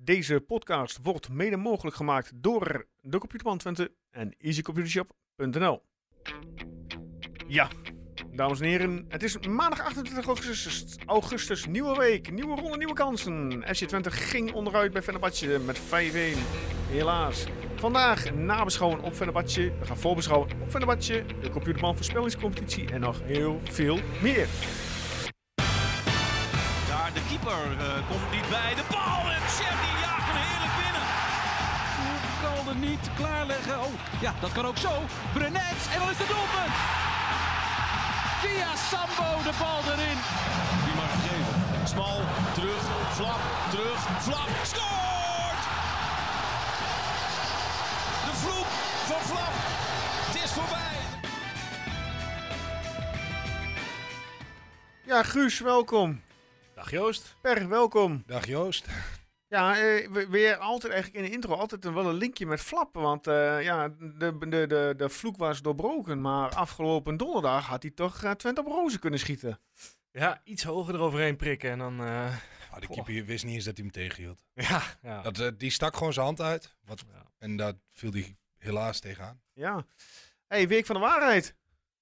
Deze podcast wordt mede mogelijk gemaakt door de Computerman Twente en easycomputershop.nl. Ja, dames en heren, het is maandag 28 augustus, nieuwe week, nieuwe ronde, nieuwe kansen. FC Twente ging onderuit bij Fenerbahce met 5-1, helaas. Vandaag nabeschouwen op Fenerbahce, we gaan voorbeschouwen op Fenerbahce, de Computerman voorspellingscompetitie en nog heel veel meer. Daar de keeper komt niet bij, de bal en Chevy jaagt hem heerlijk binnen. Kalde niet klaarleggen. Oh, ja, dat kan ook zo. Brenet en dan is het doelpunt. Via Sambo de bal erin. Die mag geven. Smal, terug, Flap, scoort! De vloek van Flap. Het is voorbij. Ja, Guus, welkom. Dag Joost. Per, welkom. Dag Joost. Ja, weer altijd eigenlijk in de intro altijd wel een linkje met Flappen. Want de vloek was doorbroken. Maar afgelopen donderdag had hij toch Twente op rozen kunnen schieten. Ja, iets hoger eroverheen prikken en dan... De keeper wist niet eens dat hij hem tegenhield. Ja. Die stak gewoon zijn hand uit. Ja. En daar viel hij helaas tegenaan. Ja. Hey, week van de waarheid.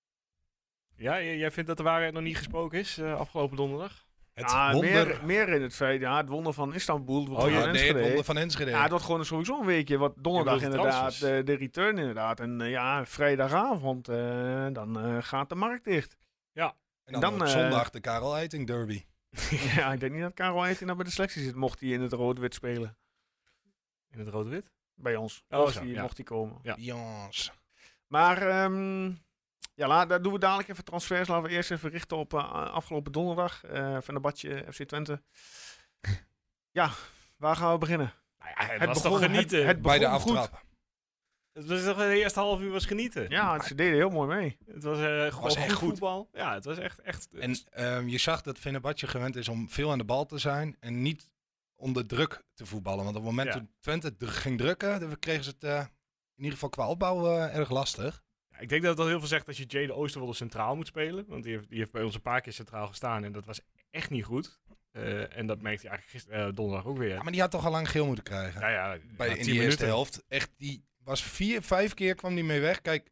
Ja, jij vindt dat de waarheid nog niet gesproken is afgelopen donderdag? Het wonder... meer in het feit, ja, het wonder van Istanbul. het wonder van Enschede. Ja, het wordt gewoon sowieso een weekje. Wat donderdag inderdaad, de return inderdaad. En vrijdagavond, dan gaat de markt dicht. Ja. En dan op zondag de Karel Eiting derby. Ja, ik denk niet dat Karel Eiting nou bij de selectie zit, mocht hij in het rood-wit spelen. In het rood-wit? Bij ons. Mocht hij komen. Ja. Jans. Maar... dat doen we dadelijk even transfers. Laten we eerst even richten op afgelopen donderdag. Fenerbahce, FC Twente. Ja, waar gaan we beginnen? Nou ja, het was toch genieten. Het bij de begon goed. aftrap. Het was toch de eerste half uur was genieten. Ja, ze deden heel mooi mee. Het was, was echt goed voetbal. Ja, het was echt... En je zag dat Fenerbahce gewend is om veel aan de bal te zijn en niet onder druk te voetballen. Want op het moment toen Twente ging drukken, dan kregen ze het in ieder geval qua opbouw erg lastig. Ik denk dat het al heel veel zegt dat je Jay de Oosterwolde centraal moet spelen. Want die heeft bij ons een paar keer centraal gestaan en dat was echt niet goed. En dat merkte hij eigenlijk donderdag ook weer. Ja, maar die had toch al lang geel moeten krijgen. Ja, in die eerste helft. Echt, die was 4-5 keer kwam die mee weg. Kijk,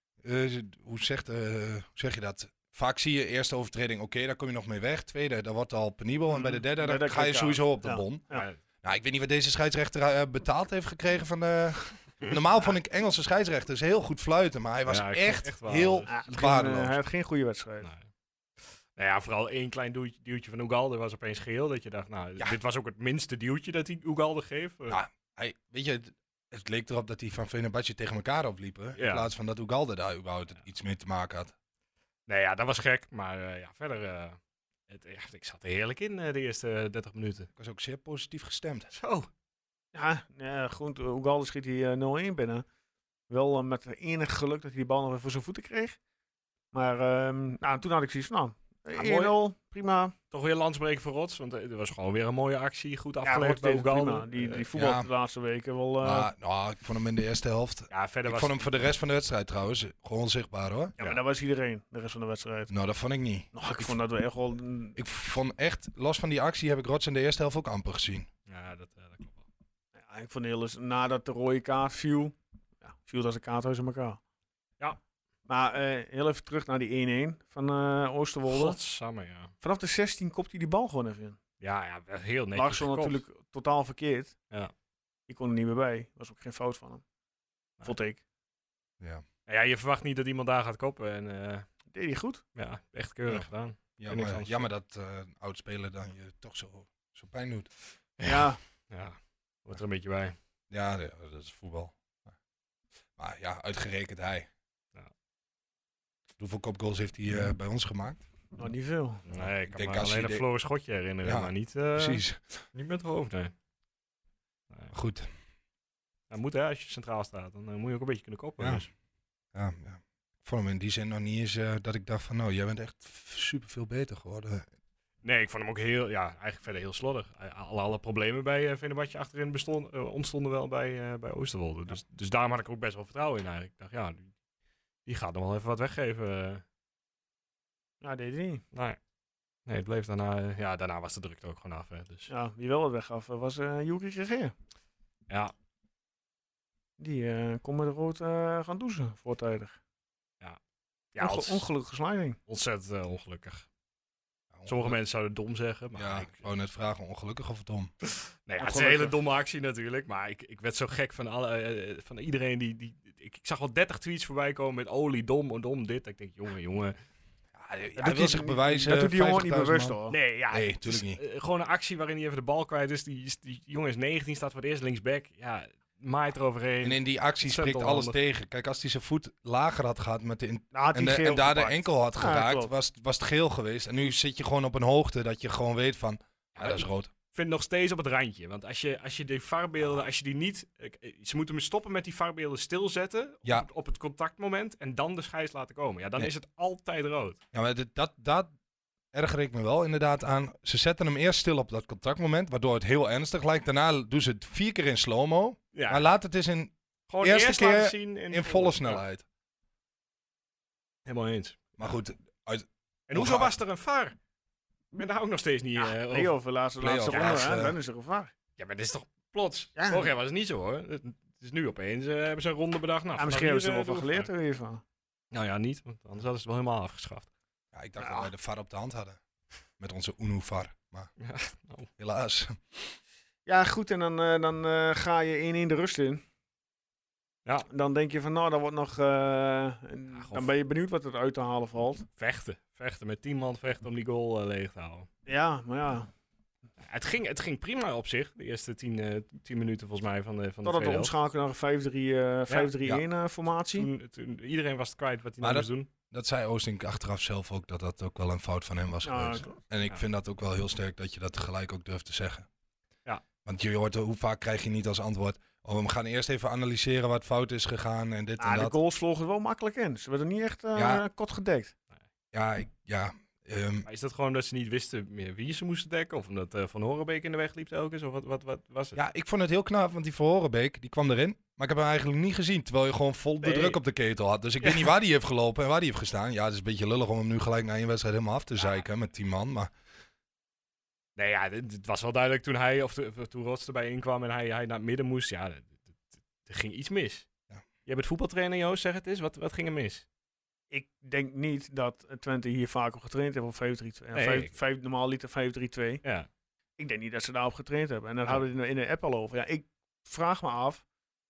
hoe zeg je dat? Vaak zie je eerste overtreding, oké, daar kom je nog mee weg. Tweede, dat wordt al penibel. En bij de derde, dan ga je sowieso op de bon. Ja. Nou, ik weet niet wat deze scheidsrechter betaald heeft gekregen van de... Normaal vond ik Engelse scheidsrechters heel goed fluiten, maar hij was echt heel waardeloos. Hij had geen goede wedstrijd. Nee. Nou ja, vooral één klein duwtje van Ugalde was opeens geel. Dat je dacht, dit was ook het minste duwtje dat hij Ugalde geeft. Weet je, het leek erop dat hij van Fenerbahce tegen elkaar opliepen. In plaats van dat Ugalde daar überhaupt iets mee te maken had. Nee, ja, dat was gek. Maar verder, ik zat er heerlijk in de eerste 30 minuten. Ik was ook zeer positief gestemd. Zo. Ja, goed. Ugalde schiet hij 0-1 binnen. Wel met enig geluk dat hij die bal nog even voor zijn voeten kreeg. Maar toen had ik zoiets van, 1-0, prima. Toch weer landsbreken voor Rots, want er was gewoon weer een mooie actie. Goed afgelegd bij Ugalde. Die voetbal de laatste weken wel... ik vond hem in de eerste helft. Ja, verder ik vond hem voor de rest van de wedstrijd trouwens gewoon zichtbaar hoor. Ja, maar dat was iedereen, de rest van de wedstrijd. Nou, dat vond ik niet. Ik vond dat we echt wel... Ik vond echt, los van die actie heb ik Rots in de eerste helft ook amper gezien. Ja, dat klopt wel. Ja, ik vond heel eens, nadat de rode kaart viel, viel dat een kaarthuis in elkaar. Ja. Maar heel even terug naar die 1-1 van Oosterwolde. Godsamme, ja. Vanaf de 16 kopt hij die bal gewoon even in. Ja, heel netjes. Larsson natuurlijk totaal verkeerd. Ja. Die kon er niet meer bij. Was ook geen fout van hem. Vond ik. Ja, je verwacht niet dat iemand daar gaat koppen. En, deed hij goed. Ja, echt keurig gedaan. Jammer dat oud-speler dan je toch zo pijn doet. Ja. Wordt er een beetje bij. Ja, dat is voetbal. Maar ja, uitgerekend hij. Ja. Hoeveel kopgoals heeft hij bij ons gemaakt? Nou, niet veel. Nee, ik kan me alleen een verloren schotje herinneren, maar niet, precies. Niet met het hoofd, nee. Goed. Dat moet als je centraal staat, dan moet je ook een beetje kunnen koppen. Ja. Dus. Ja. Ik vond hem in die zin nog niet eens dat ik dacht van, jij bent echt super veel beter geworden. Nee, ik vond hem ook eigenlijk verder heel slordig. Alle problemen bij Fenerbahce achterin ontstonden wel bij Oosterwolde. Ja. Dus daarom had ik ook best wel vertrouwen in eigenlijk. Ik dacht, die gaat nog wel even wat weggeven. Ja, deed hij niet. Nee. Nee, het bleef daarna... daarna was de drukte ook gewoon af. Hè, dus. Ja, wie wel wat weggaf was Joeri Regeer. Ja, Die kon met rood gaan douchen voortijdig. ja Ongelukkige sliding. ontzettend ongelukkig. Ja, Sommige mensen zouden dom zeggen, maar Ja, ik ik wou net vragen, ongelukkig of dom? nee, ja, het is een Ongelukkig. hele domme actie natuurlijk, maar ik werd zo gek van iedereen die ik zag al 30 tweets voorbij komen met olie, dom, dit. Ik denk, jongen. Hij wil zich bewijzen. Dat doet die jongen niet 50.000 bewust man. hoor. Nee, ja, Nee, het tuurlijk is, niet. gewoon een actie waarin hij even de bal kwijt is. Die jongen is 19, staat voor het eerst linksback. Ja, maait eroverheen. En in die actie Ontzettend spreekt alles onhandig. tegen. Kijk, als hij zijn voet lager had gehad met de Nou, had en, hij geel en daar de gepakt. enkel had Ja, geraakt, klopt. was het geel geweest. En nu zit je gewoon op een hoogte dat je gewoon weet van, ja, dat is rood. Ik vind het nog steeds op het randje. Want als je die VAR-beelden, als je die niet... Ze moeten me stoppen met die VAR-beelden stilzetten Ja. op het contactmoment en dan de scheids laten komen. Ja, dan Nee. is het altijd rood. Ja, maar dat erger ik me wel inderdaad aan. Ze zetten hem eerst stil op dat contactmoment, waardoor het heel ernstig lijkt. Daarna doen ze het 4 keer in slow-mo. Ja, Maar laat het eens gewoon eerste eerst keer laten zien in volle snelheid. Ja, helemaal eens. Maar goed, En hoezo was er een VAR? Ik ben daar ook nog steeds niet over. Nee, over de laatste Play-off, ronde, ja, hè, dan is er gevaar. Ja, maar dit is toch plots? Ja. Vorig jaar was het niet zo, hoor. Het is nu opeens, hebben ze een ronde bedacht. Nou, Ja, misschien hebben ze er wel vanaf van hier, geleerd er even. Nou ja, niet, want anders hadden ze het wel helemaal afgeschaft. ja, ik dacht Ja. dat wij de VAR op de hand hadden. Met onze UNO-VAR. Maar Ja, nou. helaas. Ja, goed, en dan ga je 1-1 de rust in. Ja. Dan denk je van, nou, dat wordt nog... dan ben je benieuwd wat er uit te halen valt. Vechten met 10 man vechten om die goal leeg te houden. Ja, maar ja. Het ging prima op zich, de eerste 10 minuten volgens mij van de Totdat tweede we helft. omschakelen naar een 5-3-1 formatie. Toen iedereen was het kwijt wat hij Maar nou moest doen. Dat zei Oosting achteraf zelf ook, dat dat ook wel een fout van hem was Ja, geweest. klopt. En ik Ja. vind dat ook wel heel sterk dat je dat tegelijk ook durft te zeggen. Ja. Want je hoort, hoe vaak krijg je niet als antwoord, oh, we gaan eerst even analyseren wat fout is gegaan en dit en De dat. goals vlogen wel makkelijk in. Ze werden niet echt Ja. kot gedekt. Maar is dat gewoon dat ze niet wisten meer wie ze moesten dekken? Of omdat Van Horenbeek in de weg liep telkens? Of wat was het? Ja, ik vond het heel knap, want die Verhorenbeek, die kwam erin. Maar ik heb hem eigenlijk niet gezien, terwijl je gewoon vol de Nee. druk op de ketel had. Dus ik weet niet waar die heeft gelopen en waar die heeft gestaan. Ja, het is een beetje lullig om hem nu gelijk na één wedstrijd helemaal af te zeiken met 10 man. Maar Nee, ja, het was wel duidelijk toen Rots erbij inkwam en hij naar het midden moest. Ja, er ging iets mis. Ja. Jij bent voetbaltrainer, Joost, zeg het eens. Wat ging er mis? Ik denk niet dat Twente hier vaak op getraind heeft op 5-3-2. Nee. Normaal liet er 5-3-2. Ja. Ik denk niet dat ze daarop getraind hebben. En daar Ja. hadden we in de app al over. Ja, ik vraag me af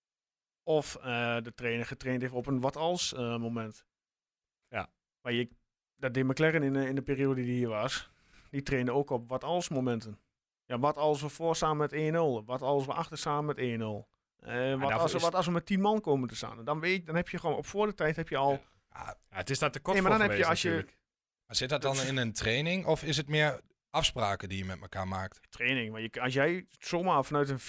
of de trainer getraind heeft op een wat-als moment. Ja. Maar dat deed McLaren in de periode die hier was. Die trainde ook op wat-als momenten. Ja, wat als we voor staan met 1-0? Wat als we achter staan met 1-0? Wat als we met 10 man komen te staan? Dan heb je gewoon op voor de tijd heb je al... Ja, het is daar te kort Nee, maar voor dan heb je geweest als je- natuurlijk. maar zit dat dan in een training of is het meer afspraken die je met elkaar maakt? training. Maar als jij zomaar vanuit een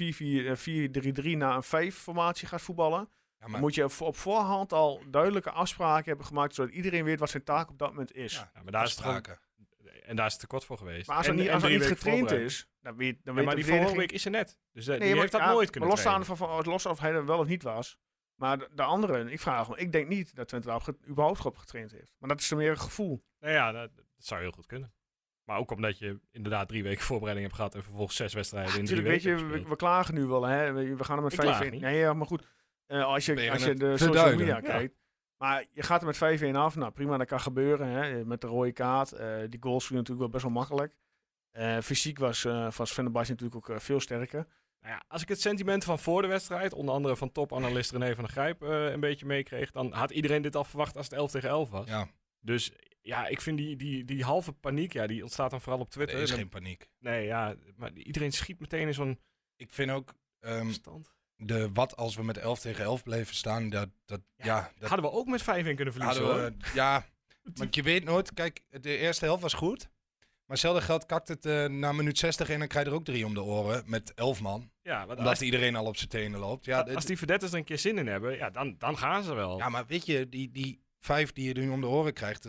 4-3-3 naar een 5-formatie gaat voetballen, Ja, dan maar, moet je op voorhand al duidelijke afspraken hebben gemaakt, zodat iedereen weet wat zijn taak op dat moment is. Ja, Ja, maar daar is het gewoon, afspraken. en daar is het te kort voor geweest. Maar als er En- niet, en als er 3 niet weken getraind voorbereid. is, dan weet Ja, de maar die verdediging... Verhorenbeek is er net. Dus die maar heeft dat ja, nooit kunnen maar losstaande trainen. los of hij er wel of niet was. Maar de anderen, ik vraag me, ik denk niet dat Twente daar überhaupt op getraind heeft. Maar dat is meer een gevoel. Nou ja, dat zou heel goed kunnen. Maar ook omdat je inderdaad 3 weken voorbereiding hebt gehad en vervolgens 6 wedstrijden in 3 Natuurlijk, weken weet je, hebt gespeeld. we klagen nu wel, hè. We gaan er met Ik klaag 5-1. niet. Nee, ja, maar goed. Als je Proberen de het te social duiden. media Ja. kijkt. Maar je gaat er met 5-1 af. Nou, prima, dat kan gebeuren. Hè. Met de rode kaart. Die goals vielen natuurlijk wel best wel makkelijk. Fysiek was Fenerbahce natuurlijk ook veel sterker. Nou ja, als ik het sentiment van voor de wedstrijd, onder andere van topanalist René van der Grijp, een beetje meekreeg, dan had iedereen dit al verwacht als het 11-11 was. Ja, Dus ja, ik vind die halve paniek, ja, die ontstaat dan vooral op er Twitter. is Dan- geen paniek. Nee, ja, maar iedereen schiet meteen in zo'n Ik vind ook, stand. wat als we met 11 tegen 11 bleven staan, dat Hadden we ook met 5-1 kunnen verliezen, hadden hoor. we, ja, want je weet nooit, kijk, de eerste helft was goed. Maar hetzelfde geld kakt het na minuut 60 en dan krijg je er ook 3 om de oren met 11 man. Ja, want Omdat iedereen al op zijn tenen loopt. Ja, als die verdetters er een keer zin in hebben, ja, dan gaan ze wel. ja, maar weet je, die 5 die je nu om de oren krijgt,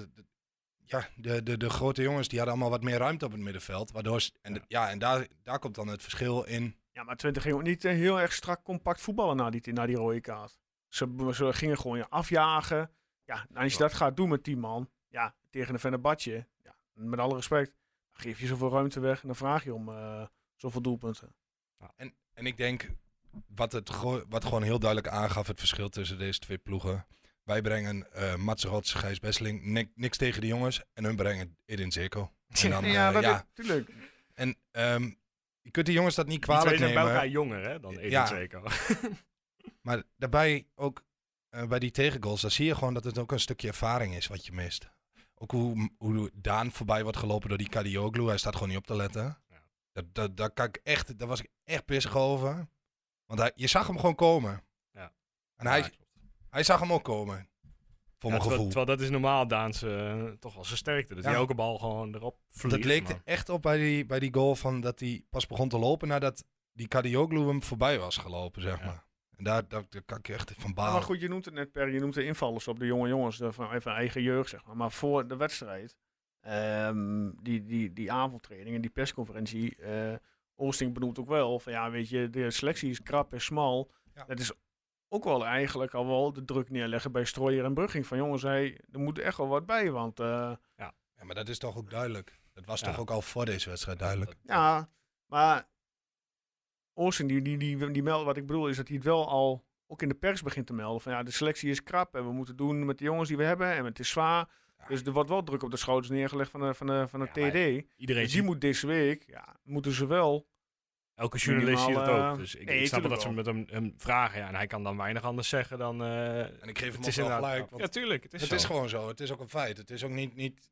de grote jongens die hadden allemaal wat meer ruimte op het middenveld. Waardoor en daar komt dan het verschil in. Ja, maar Twente ging ook niet heel erg strak compact voetballen na die rode kaart. Ze gingen gewoon je afjagen. Ja, en als je dat gaat doen met 10 man, ja, tegen de Fenerbahce, ja, met alle respect, geef je zoveel ruimte weg en dan vraag je om zoveel doelpunten. En ik denk, wat gewoon heel duidelijk aangaf, het verschil tussen deze twee ploegen. Wij brengen Mats Rots, Gijs Besseling, niks tegen de jongens. En hun brengen Edin Dzeko. En dan, Tuurlijk. En je kunt die jongens dat niet Die kwalijk twee zijn bij nemen. elkaar jonger hè, dan Edin Ja. Dzeko. Maar daarbij ook bij die tegengoals, dan zie je gewoon dat het ook een stukje ervaring is wat je mist. Ook hoe Daan voorbij wordt gelopen door die Kadioglu. Hij staat gewoon niet op te letten. Ja. Daar was ik echt pissig over. Want je zag hem gewoon komen. Ja. En hij zag hem ook komen. Voor mijn gevoel. Terwijl dat is normaal Daans toch wel zijn sterkte. Dat hij elke bal gewoon erop vliegt. Dat leek er echt op bij die goal van dat hij pas begon te lopen nadat die Kadioglu hem voorbij was gelopen, zeg maar. En daar kan ik echt van balen. Maar goed, je noemt het net je noemt de invallers op de jonge jongens van even eigen jeugd, zeg maar. Maar voor de wedstrijd, die avondtraining en die persconferentie, Oosting benoemt ook wel van ja, weet je, de selectie is krap en smal. Ja. Dat is ook wel eigenlijk al wel de druk neerleggen bij Strooijer en Brugging. Van jongens, er moet echt wel wat bij, want... Ja, maar dat is toch ook duidelijk. Dat was toch ook al voor deze wedstrijd duidelijk. Ja, maar Oosting die meldt, wat ik bedoel, is dat hij het wel al ook in de pers begint te melden. Van ja, de selectie is krap en we moeten doen met de jongens die we hebben en het is zwaar. Ja. Dus er wordt wel druk op de schouders neergelegd van de TD. Iedereen dus die moet deze week, moeten ze wel... Elke journalist ziet het ook. Dus ik snap dat ze wel. met hem vragen. Ja, en hij kan dan weinig anders zeggen dan... en ik geef hem ook wel gelijk. Ja, tuurlijk. Het is gewoon zo. Het is ook een feit. Het is ook niet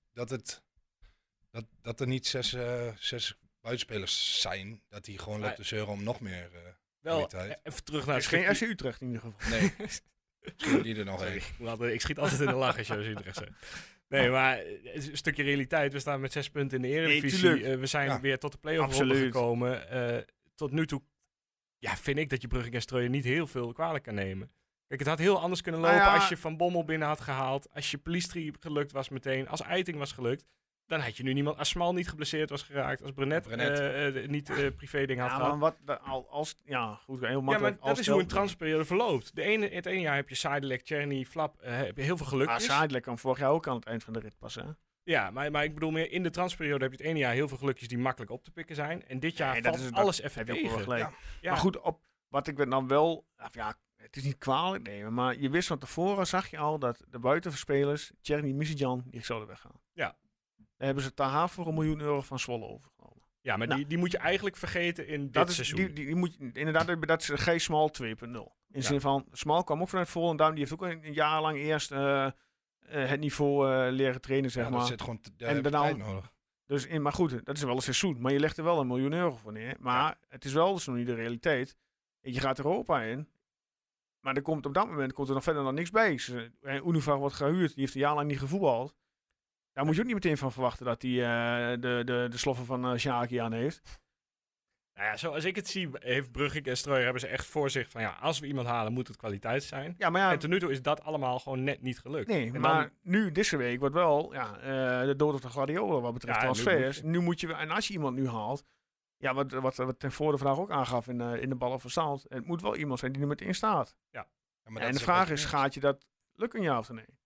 dat er niet zes buitenspelers zijn. Dat die gewoon loopt te zeuren om nog meer kwaliteit. Even terug naar het is geen SC Utrecht in ieder geval. Nee. Misschien die er nog één. Ik schiet altijd in de lach als je Utrecht zegt. Nee, maar het is een stukje realiteit. We staan met 6 punten in de Eredivisie. We zijn weer tot de play-off ronde gekomen. Tot nu toe vind ik dat je Brugging en Strooijen niet heel veel kwalijk kan nemen. Kijk, het had heel anders kunnen lopen als je Van Bommel binnen had gehaald. Als je Pelistri gelukt was meteen. Als Eiting was gelukt. Dan had je nu niemand. Als Smal niet geblesseerd was geraakt. Als Brenet niet privé ding had gehad. Maar goed, heel makkelijk. Maar dat is hoe een transferperiode verloopt. Het ene jaar heb je Sidelec, Czerny, Flap. Heb je heel veel geluk. Sidelec kwam vorig jaar ook aan het eind van de rit pas, hè? Ja, maar ik bedoel meer in de transferperiode heb je het ene jaar heel veel gelukjes die makkelijk op te pikken zijn. En dit jaar valt alles even tegen. Ja. Maar goed, wat ik dan wel... het is niet kwalijk nemen, maar je wist van tevoren, zag je al dat de buitenverspelers, Czerny, Misijan, die zouden weggaan. Ja. Daar hebben ze Taha voor €1 miljoen van Zwolle overgenomen. Ja, maar die moet je eigenlijk vergeten in dit seizoen. Die moet je, inderdaad, dat is geen Smal 2.0. In de zin van, Smal kwam ook vanuit Volendam, die heeft ook een jaar lang eerst het niveau leren trainen, zeg maar. Dat zit gewoon tijd nodig. Dus maar goed, dat is wel een seizoen. Maar je legt er wel €1 miljoen voor neer. Maar het is wel dus nog niet de realiteit. Je gaat Europa in. Maar op dat moment komt er nog verder nog niks bij. Unifar wordt gehuurd, die heeft een jaar lang niet gevoetbald. Daar moet je ook niet meteen van verwachten dat hij de sloffen van Sjaki aan heeft. Nou ja, zoals ik het zie, heeft Brugging en Strooijer hebben ze echt voor zich van als we iemand halen, moet het kwaliteit zijn. Ja, maar en tot nu toe is dat allemaal gewoon net niet gelukt. Nee, maar nu, deze week, wordt wel de dood op de gladiolen wat betreft transfers. Nu moet je, en als je iemand nu haalt, wat ten voorde vandaag ook aangaf in de ballen van Staalt, het moet wel iemand zijn die er meteen staat. Ja. Maar en de vraag is, gaat je dat lukken, ja of nee?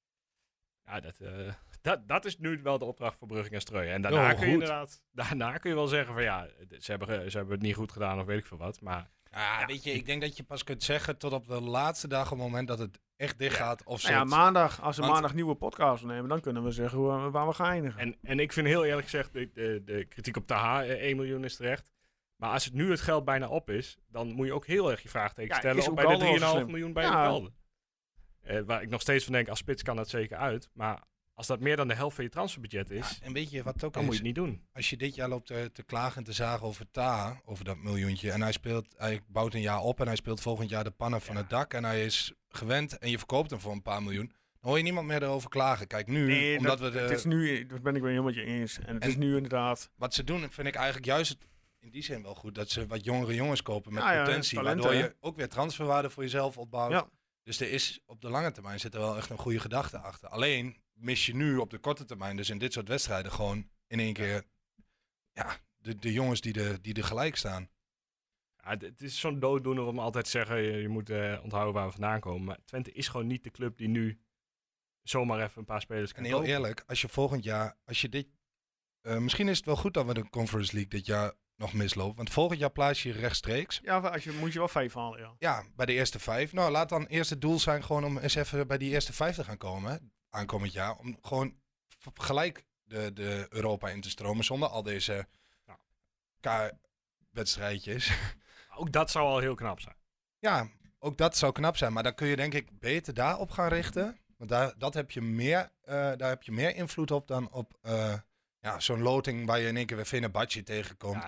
Ja, dat is nu wel de opdracht voor Brugging en Strooijen. En daarna kun je inderdaad, kun je wel zeggen van ze hebben het niet goed gedaan of weet ik veel wat. Maar weet je, ik denk dat je pas kunt zeggen tot op de laatste dag, op het moment dat het echt dicht gaat. Of maandag, als we maandag nieuwe podcast nemen, dan kunnen we zeggen waar we gaan eindigen. En ik vind heel eerlijk gezegd, de kritiek op Taha, 1 miljoen is terecht. Maar als het nu het geld bijna op is, dan moet je ook heel erg je vraagteken stellen op bij de 3,5 miljoen bij de Galde. Waar ik nog steeds van denk, als spits kan dat zeker uit. Maar als dat meer dan de helft van je transferbudget is, en weet je wat ook dan moet je het niet doen. Als je dit jaar loopt te klagen en te zagen over Taha, over dat miljoentje, en hij bouwt een jaar op en hij speelt volgend jaar de pannen van het dak en hij is gewend en je verkoopt hem voor een paar miljoen, dan hoor je niemand meer erover klagen. Kijk, nu, omdat het is nu, dat ben ik wel helemaal met je eens. En het is nu inderdaad... Wat ze doen, vind ik eigenlijk juist in die zin wel goed, dat ze wat jongere jongens kopen met potentie, talenten, waardoor je ook weer transferwaarde voor jezelf opbouwt. Ja. Dus er is op de lange termijn zit er wel echt een goede gedachte achter. Alleen mis je nu op de korte termijn, dus in dit soort wedstrijden, gewoon in één keer de jongens die er gelijk staan. Ja, het is zo'n dooddoener om altijd te zeggen, je moet onthouden waar we vandaan komen. Maar Twente is gewoon niet de club die nu zomaar even een paar spelers kan En heel kopen. eerlijk, als je volgend jaar, als je misschien is het wel goed dat we de Conference League dit jaar nog mislopen. Want volgend jaar plaats je rechtstreeks. Ja, moet je wel 5 halen, ja. Ja, bij de eerste 5. Nou, laat dan eerst het doel zijn gewoon om eens even bij die eerste 5 te gaan komen. Hè, aankomend jaar. Om gewoon gelijk de Europa in te stromen zonder al deze wedstrijdjes. Ook dat zou al heel knap zijn. Ja, ook dat zou knap zijn. Maar dan kun je denk ik beter daarop gaan richten. Want daar heb je meer invloed op dan op zo'n loting waar je in één keer weer Fenerbahce tegenkomt.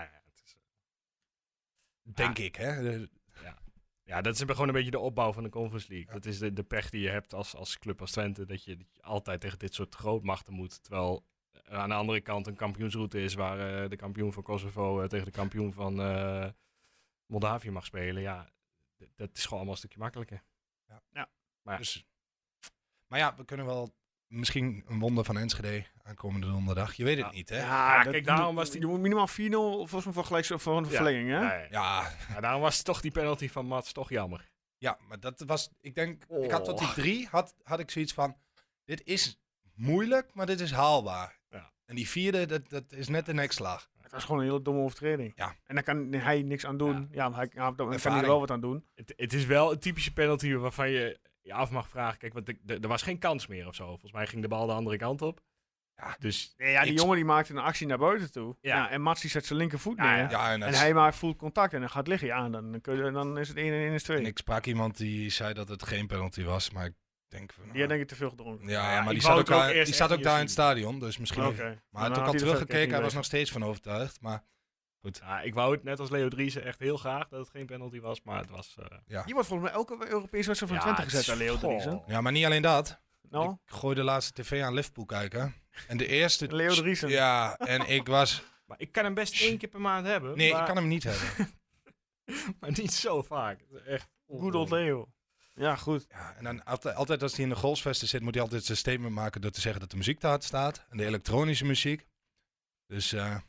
Denk ik, hè. Ja, dat is gewoon een beetje de opbouw van de Conference League. Ja. Dat is de pech die je hebt als club als Twente. Dat je altijd tegen dit soort grootmachten moet. Terwijl aan de andere kant een kampioensroute is waar de kampioen van Kosovo tegen de kampioen van Moldavië mag spelen. Ja, dat is gewoon allemaal een stukje makkelijker. Ja. Maar ja, we kunnen wel misschien een wonder van Enschede aankomende donderdag. Je weet het niet, hè? Ja, kijk, daarom was je moet minimaal 4-0 volgens mij voor een verlenging, hè? Ja, daarom was toch die penalty van Mats toch jammer. Ja, maar dat was, ik denk, ik had tot die 3, had ik zoiets van, dit is moeilijk, maar dit is haalbaar. Ja. En die 4e, dat is net de nekslag. Het was gewoon een hele domme overtreding. Ja. En daar kan hij niks aan doen. Ja, maar hij kan er wel wat aan doen. Het is wel een typische penalty waarvan je af mag vragen. Kijk, want er was geen kans meer of zo. Volgens mij ging de bal de andere kant op. Ja, dus, die jongen die maakte een actie naar buiten toe. Ja. en Mats die zet zijn linkervoet neer. Ja, en hij voelt contact en dan gaat liggen. Ja, dan is het 1 en 1 is 2. En ik sprak iemand die zei dat het geen penalty was, maar ik denk... Die denk ik te veel gedronken. Ja, maar die zat ook daar in het stadion, dus misschien... Okay. Maar hij had ook al teruggekeken, hij was nog steeds van overtuigd, maar... Goed. Ja, ik wou het net als Leo Driessen echt heel graag dat het geen penalty was, maar het was... Die wordt volgens mij elke Europese wedstrijd van Twente gezet aan Leo Driessen. Ja, maar niet alleen dat. No? Ik gooide de laatste tv aan Liverpool kijken. En de eerste... Leo Driessen. Ja, en ik was... Maar ik kan hem best 1 keer per maand hebben. Nee, ik kan hem niet hebben. Maar niet zo vaak. Echt. Good old Leo. Ja, goed. Ja, en dan altijd als hij in de goalsvesten zit, moet hij altijd zijn statement maken door te zeggen dat de muziek te hard staat. En de elektronische muziek. Dus Ja,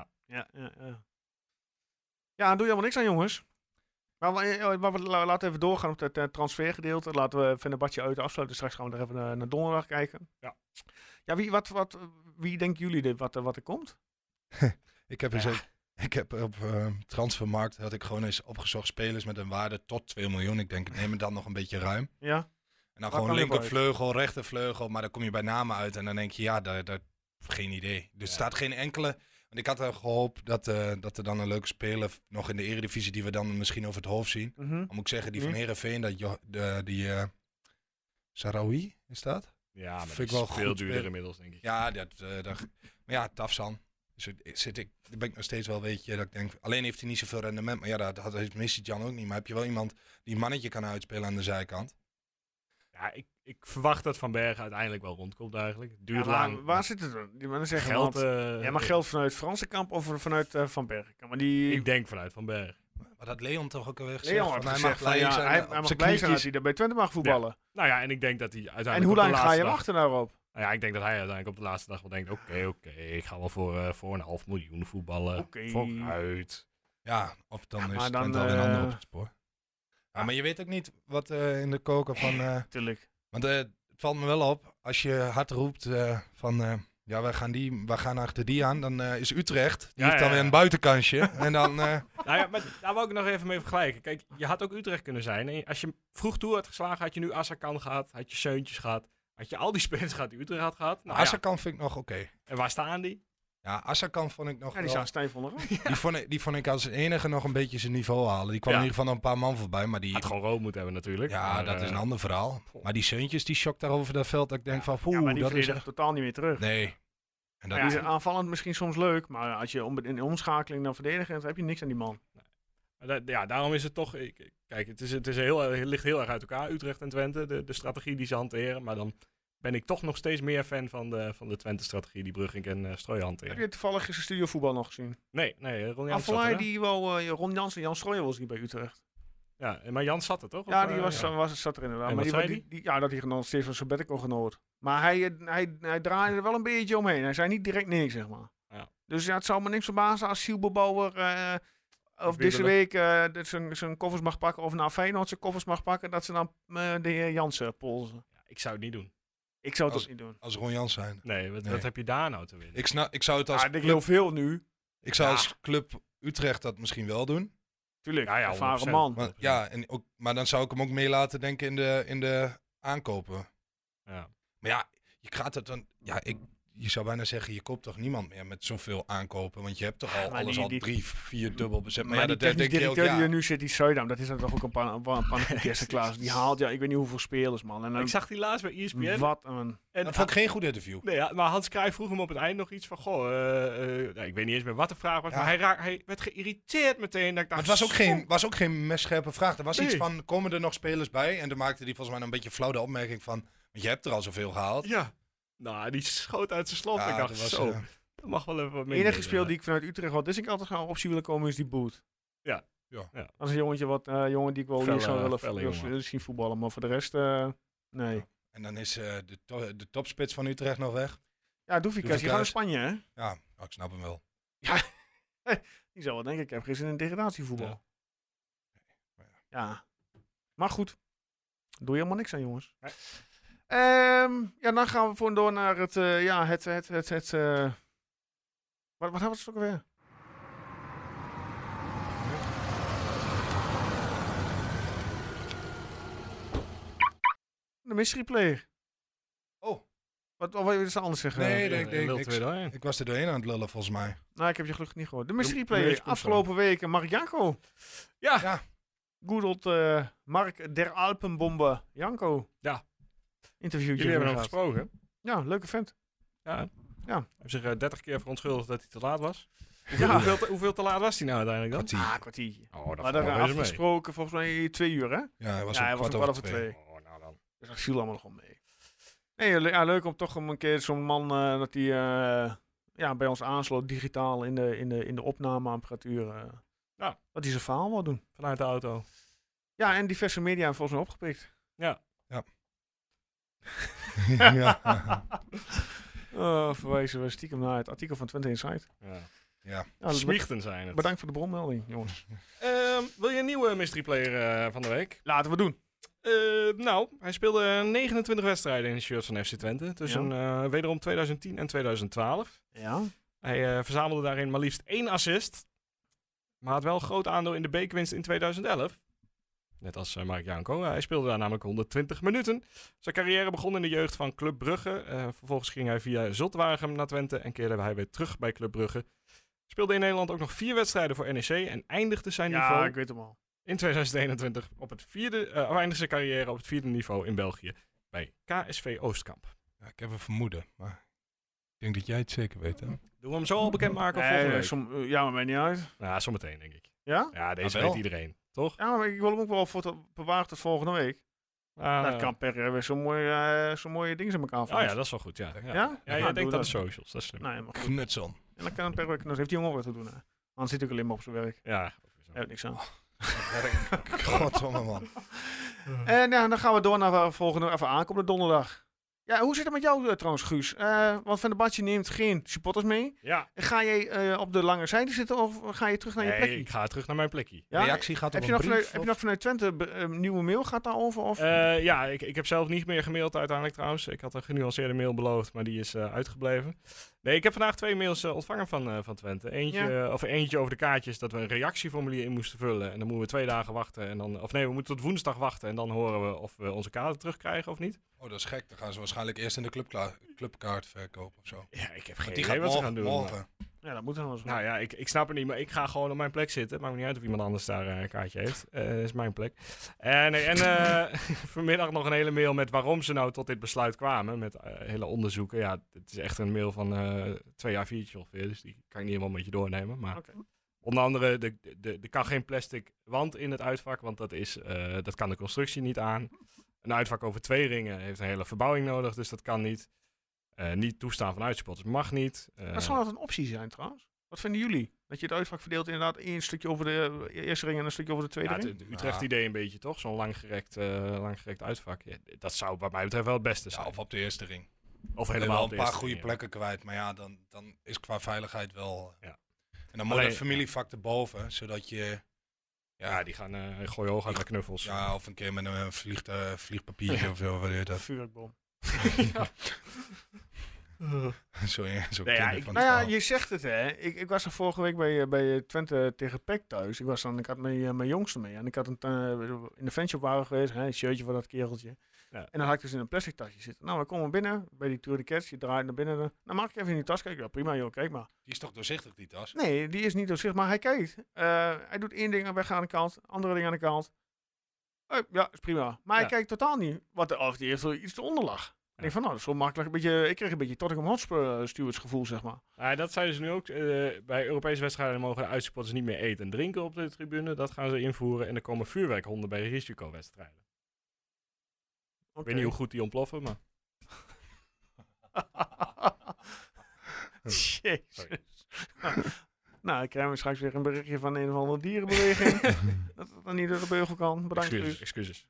doe je helemaal niks aan, jongens. Maar laten we even doorgaan op het transfergedeelte. Laten we Fenerbahce uit afsluiten. Straks gaan we er even naar donderdag kijken. Ja, wie denken jullie wat er komt? Ik heb op Transfermarkt had ik gewoon eens opgezocht spelers met een waarde tot 2 miljoen. Ik denk, ik neem het dan nog een beetje ruim. Ja. En dan gewoon linkervleugel, rechtervleugel. Maar dan kom je bij namen uit en dan denk je, ja, geen idee. Er staat geen enkele... Want ik had er gehoopt dat er dan een leuke speler nog in de Eredivisie die we dan misschien over het hoofd zien. Dan moet ik zeggen, die van Heerenveen, die Sarawi, is dat? Ja, maar vind ik wel veel duurder inmiddels, denk ik. Ja, maar ja, Tafsan. Dus daar ben ik nog steeds wel, weet je, dat ik denk, alleen heeft hij niet zoveel rendement. Maar ja, dat heeft Missy-Jan ook niet. Maar heb je wel iemand die een mannetje kan uitspelen aan de zijkant? Ja, ik verwacht dat Van Bergen uiteindelijk wel rondkomt eigenlijk. Het duurt lang. Waar zit het dan? Geld, maar geld vanuit Franse kamp of vanuit Van Bergen? Maar ik denk vanuit Van Bergen. Maar dat Leon toch ook alweer gezegd? Leon had gezegd hij mag blij zijn dat hij er bij Twente mag voetballen. Ja. Nou ja, en ik denk dat hij uiteindelijk... En hoe lang ga je wachten daarop? Nou ja, ik denk dat hij uiteindelijk op de laatste dag wel denkt... Oké, ik ga wel voor een 500.000 voetballen. Vooruit. Ja, of dan is Twente al een ander op het spoor. Ja, maar je weet ook niet wat in de koker van... Tuurlijk. Want het valt me wel op, als je hard roept we gaan achter die aan, dan is Utrecht, die heeft dan weer een buitenkansje. En dan... Nou ja, maar daar wil ik nog even mee vergelijken. Kijk, je had ook Utrecht kunnen zijn. En als je vroeg toe had geslagen, had je nu Azarkan gehad, had je Seuntjes gehad, had je al die spelers gehad die Utrecht had gehad. Nou, Azarkan vind ik nog oké. En waar staan die? Ja, Azarkan vond ik nog die staan stijf onderaan. Die vond ik als enige nog een beetje zijn niveau halen. Die kwam in ieder geval nog een paar man voorbij. Maar die had gewoon rood moeten hebben natuurlijk. Ja, maar, dat is een ander verhaal. Maar die Seuntjes, die shock daar over dat veld. Dat ik denk van, maar die dat is totaal niet meer terug. Nee. En dat is aanvallend misschien soms leuk. Maar als je in omschakeling dan verdedigen, dan heb je niks aan die man. Nee. Daarom is het toch... Kijk, het ligt heel erg uit elkaar, Utrecht en Twente. De strategie die ze hanteren. Maar dan ben ik toch nog steeds meer fan van de Twente-strategie die Brugink en Strooijen hanteren. Heb je toevallig zijn studiovoetbal nog gezien? Nee, Ron Jans zat er, die wel, Ron Jans en Jan Strooijen was niet bij Utrecht. Ja, maar Jans zat er toch? Ja, die zat er inderdaad. En maar dat hij nog steeds van sabbatical genoot. Maar hij draaide er wel een beetje omheen. Hij zei niet direct nee, zeg maar. Ja. Dus het zou me niks verbazen als Sielbebouwer of deze week zijn koffers mag pakken of naar Feyenoord zijn koffers mag pakken, dat ze dan de heer Jansen polsen. Ja, ik zou het niet doen. Ik zou het ook niet doen. Als Ron Jans zijn. Nee, wat heb je daar nou te winnen? Ik zou het als Ik heel veel nu. Ik zou als club Utrecht dat misschien wel doen. Tuurlijk, ja, ervaren man. Maar dan zou ik hem ook mee laten denken in de aankopen. Ja. Maar ja, je gaat het dan... Ja, je zou bijna zeggen, je koopt toch niemand meer met zoveel aankopen. Want je hebt toch al alles al 3-4 dubbel bezet. Maar die technisch directeur die er nu zit, die Zuidam, dat is dan toch ook een pannenkoek eerste klas. Die haalt, ik weet niet hoeveel spelers, man. En dan, ik zag die laatst bij ESPN. Wat een... Dat vond ik geen goed interview. Nee, maar Hans Cruijff vroeg hem op het eind nog iets van, ik weet niet eens meer wat de vraag was, maar hij werd geïrriteerd meteen. Dat ik dacht, het was ook geen messcherpe vraag. Er was iets van, komen er nog spelers bij? En toen maakte hij volgens mij een beetje flauw de opmerking van, want je hebt er al zoveel gehaald. Ja. Nou, die schoot uit zijn slot. Ik dacht, dat mag wel even wat meer. De enige speel die ik vanuit Utrecht had, dus ik altijd gaan optie willen komen, is die Boet. Ja. Dat is een jongetje jongen die ik wel niet zou willen zien voetballen, maar voor de rest, nee. Ja. En dan is de topspits van Utrecht nog weg. Ja, Doefikas, die gaat naar Spanje, hè? Ja, ik snap hem wel. Ja, die zou wel denken, ik heb geen zin in degradatievoetbal. Ja. Maar goed, doe je helemaal niks aan, jongens. Nee. Dan gaan we door naar het wat hadden we het ook alweer? De mystery player. Oh. Wat wil je dus anders zeggen? Nee, ik was er doorheen aan het lullen volgens mij. Nou, ik heb je gelukkig niet gehoord. De mystery player, afgelopen weken Mark Janko. Ja. Good old Mark der Alpenbombe Janko. Ja. Interviewtje. Jullie hebben nog gesproken. Ja, leuke vent. Ja. Hij heeft zich 30 keer verontschuldigd dat hij te laat was. Hoeveel te laat was hij nou uiteindelijk dan? Kwartier. Oh, dat maar daar afgesproken volgens mij 2 uur, hè? Ja, hij was kwart over 2. Oh, nou dan. Dus dat viel allemaal nog wel mee. Nee, leuk om toch een keer zo'n man dat hij bij ons aansloot digitaal in de opnameapparatuur. Dat hij zijn verhaal wil doen. Vanuit de auto. Ja, en diverse media hebben volgens mij opgepikt. Ja. Verwijzen we stiekem naar het artikel van Twente Insight. Ja. Smiechten zijn het. Bedankt voor de bronmelding, jongens. Wil je een nieuwe mystery player van de week? Laten we doen. Hij speelde 29 wedstrijden in de shirt van FC Twente. Tussen wederom 2010 en 2012. Ja. Hij verzamelde daarin maar liefst 1 assist. Maar had wel een groot aandeel in de bekerwinst in 2011. Net als Mark Janko. Hij speelde daar namelijk 120 minuten. Zijn carrière begon in de jeugd van Club Brugge. Vervolgens ging hij via Zultwaregem naar Twente en keerde hij weer terug bij Club Brugge. Speelde in Nederland ook nog 4 wedstrijden voor NEC en eindigde zijn niveau... Ja, ik weet hem al. In 2021 op het eindigde zijn carrière op het 4e niveau in België bij KSV Oostkamp. Ja, ik heb een vermoeden, maar ik denk dat jij het zeker weet, hè? Doen we hem zo al bekendmaken of volgende week? Ja, maar mij niet uit. Ja, zometeen denk ik. Ja? Ja, deze weet iedereen, toch? Ja, maar ik wil hem ook wel bewaren tot volgende week. Dat kan per weer zo'n mooie dingen in elkaar vallen. Oh ja, dat is wel goed, ja. Ja? Jij denkt aan de socials, dat is slim. Nee, maar Knutson. En dan kan per week, dan heeft hij jongen wat te doen. Hè. Anders zit hij ook alleen maar op zijn werk. Ja. Hij heeft niks aan. Godverdomme, man. En dan gaan we door naar volgende, even aankomende donderdag. Ja, hoe zit het met jou trouwens, Guus? Want Van der Badje neemt geen supporters mee. Ja. Ga je op de lange zijde zitten of ga je terug naar je plekje? Nee, ik ga terug naar mijn plekje. Ja? Reactie gaat op een brief? Heb je nog vanuit Twente een nieuwe mail? Gaat daarover? Of? Ja, ik heb zelf niet meer gemaild uiteindelijk trouwens. Ik had een genuanceerde mail beloofd, maar die is uitgebleven. Nee, ik heb vandaag 2 mails ontvangen van Twente. Eentje over de kaartjes dat we een reactieformulier in moesten vullen. En dan moeten we 2 dagen wachten. En dan, we moeten tot woensdag wachten. En dan horen we of we onze kaarten terugkrijgen of niet. Oh, dat is gek. Dan gaan ze waarschijnlijk eerst in de clubkaart verkopen of zo. Ja, ik heb geen idee wat ze gaan doen. Morgen. Ja, dat moet dan wel zo. Nou ja, ik snap het niet, maar ik ga gewoon op mijn plek zitten. Maakt me niet uit of iemand anders daar een kaartje heeft. Dat is mijn plek. Vanmiddag nog een hele mail met waarom ze nou tot dit besluit kwamen. Met hele onderzoeken. Ja, het is echt een mail van 2 A4'tjes ongeveer. Dus die kan ik niet helemaal met je doornemen. Maar onder andere, er kan geen plastic wand in het uitvak. Want dat kan de constructie niet aan. Een uitvak over 2 ringen heeft een hele verbouwing nodig. Dus dat kan niet. Niet toestaan van uitsupporters mag niet. Dat zou dat een optie zijn trouwens. Wat vinden jullie? Dat je het uitvak verdeelt inderdaad 1 stukje over de eerste ring en een stukje over de tweede ring? Het Utrecht-idee een beetje toch? Zo'n langgerekt uitvak. Ja, dat zou wat mij betreft wel het beste zijn. Ja, of op de eerste ring. Of helemaal op een paar goede plekken kwijt. Maar ja, dan is qua veiligheid wel... Ja. En dan moet het familievak erboven, zodat je... Ja, die gaan gooien hoog uit de knuffels. Ja, of een keer met een vliegpapiertje of zo. Vuurwerkbom. Je zegt het, hè. Ik was er vorige week bij Twente tegen PEC thuis. Ik had mijn jongste mee. En ik had in de fanshop waren geweest. Een shirtje voor dat kereltje. Ja. En dan had ik dus in een plastic tasje zitten. Nou, we komen binnen bij die Tour de Cats. Je draait naar binnen. Nou, mag ik even in die tas kijken? Ja, prima joh, kijk maar. Die is toch doorzichtig, die tas? Nee, die is niet doorzichtig, maar hij kijkt. Hij doet één ding weg aan de kant, andere ding aan de kant. Ja, is prima. Maar hij kijkt totaal niet of die heeft iets eronder lag. Ik denk van, nou, dat is zo makkelijk. Ik kreeg een beetje Tottenham Hotspur stewards gevoel, zeg maar. Ja, dat zijn ze nu ook. Bij Europese wedstrijden mogen de uitsupporters niet meer eten en drinken op de tribune. Dat gaan ze invoeren. En er komen vuurwerkhonden bij risicowedstrijden. Okay. Ik weet niet hoe goed die ontploffen, maar... Jezus. Nou, ik krijg straks weer een berichtje van een of andere dierenbeweging. Dat het dan niet door de beugel kan. Bedankt. Excuses.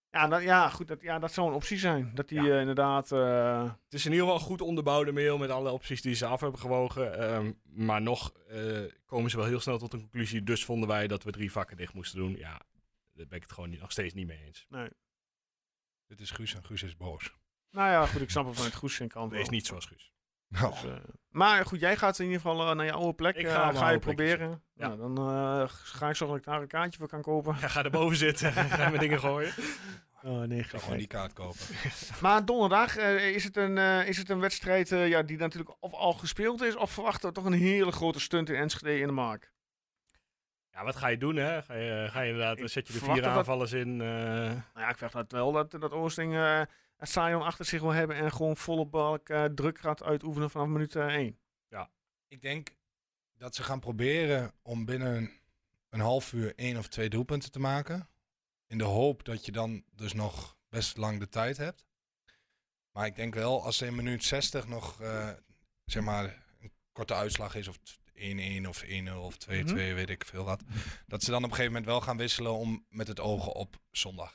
Ja, dat zou een optie zijn. Dat die inderdaad... Het is in ieder geval een goed onderbouwde mail met alle opties die ze af hebben gewogen. Maar nog komen ze wel heel snel tot een conclusie. Dus vonden wij dat we 3 vakken dicht moesten doen. Ja, daar ben ik het gewoon nog steeds niet mee eens. Nee. Dit is Guus en Guus is boos. Nou ja, goed, ik snap het vanuit Guus zijn kant. Nee, is niet zoals Guus. Dus, maar goed, jij gaat in ieder geval naar je oude plek. Ga je proberen. Ja. Nou, dan ga ik zorgen dat ik daar een kaartje voor kan kopen. Ja, ga erboven zitten en ga mijn dingen gooien. Oh nee, gewoon die kaart kopen. Maar donderdag is het een wedstrijd die natuurlijk of al gespeeld is, of verwachten we toch een hele grote stunt in Enschede in de Mark? Ja, wat ga je doen, hè? Ga je inderdaad, zet je de 4 aanvallers in? Nou ja, ik verwacht wel dat Oosting het Sion achter zich wil hebben en gewoon volle balk druk gaat uitoefenen vanaf minuut 1. Ja. Ik denk dat ze gaan proberen om binnen een half uur 1 of 2 doelpunten te maken. In de hoop dat je dan dus nog best lang de tijd hebt. Maar ik denk wel, als er in minuut 60 nog zeg maar een korte uitslag is, of 1-1 of 1-0 of 2-2, weet ik veel wat. Dat ze dan op een gegeven moment wel gaan wisselen om met het oog op zondag.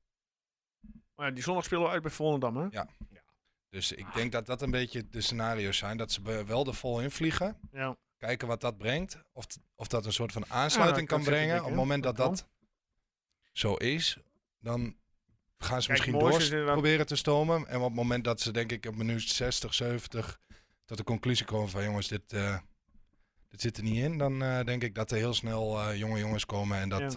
Maar die zondag spelen we uit bij Volendam, hè? Ja. Dus ik denk dat dat een beetje de scenario's zijn. Dat ze wel er vol in vliegen. Ja. Kijken wat dat brengt. Of dat een soort van aansluiting kan brengen. Op het moment dat zo is, dan gaan ze misschien proberen te stomen. En op het moment dat ze, denk ik, op minuut 60, 70 tot de conclusie komen van jongens, dit zit er niet in. Dan denk ik dat er heel snel jonge jongens komen en dat...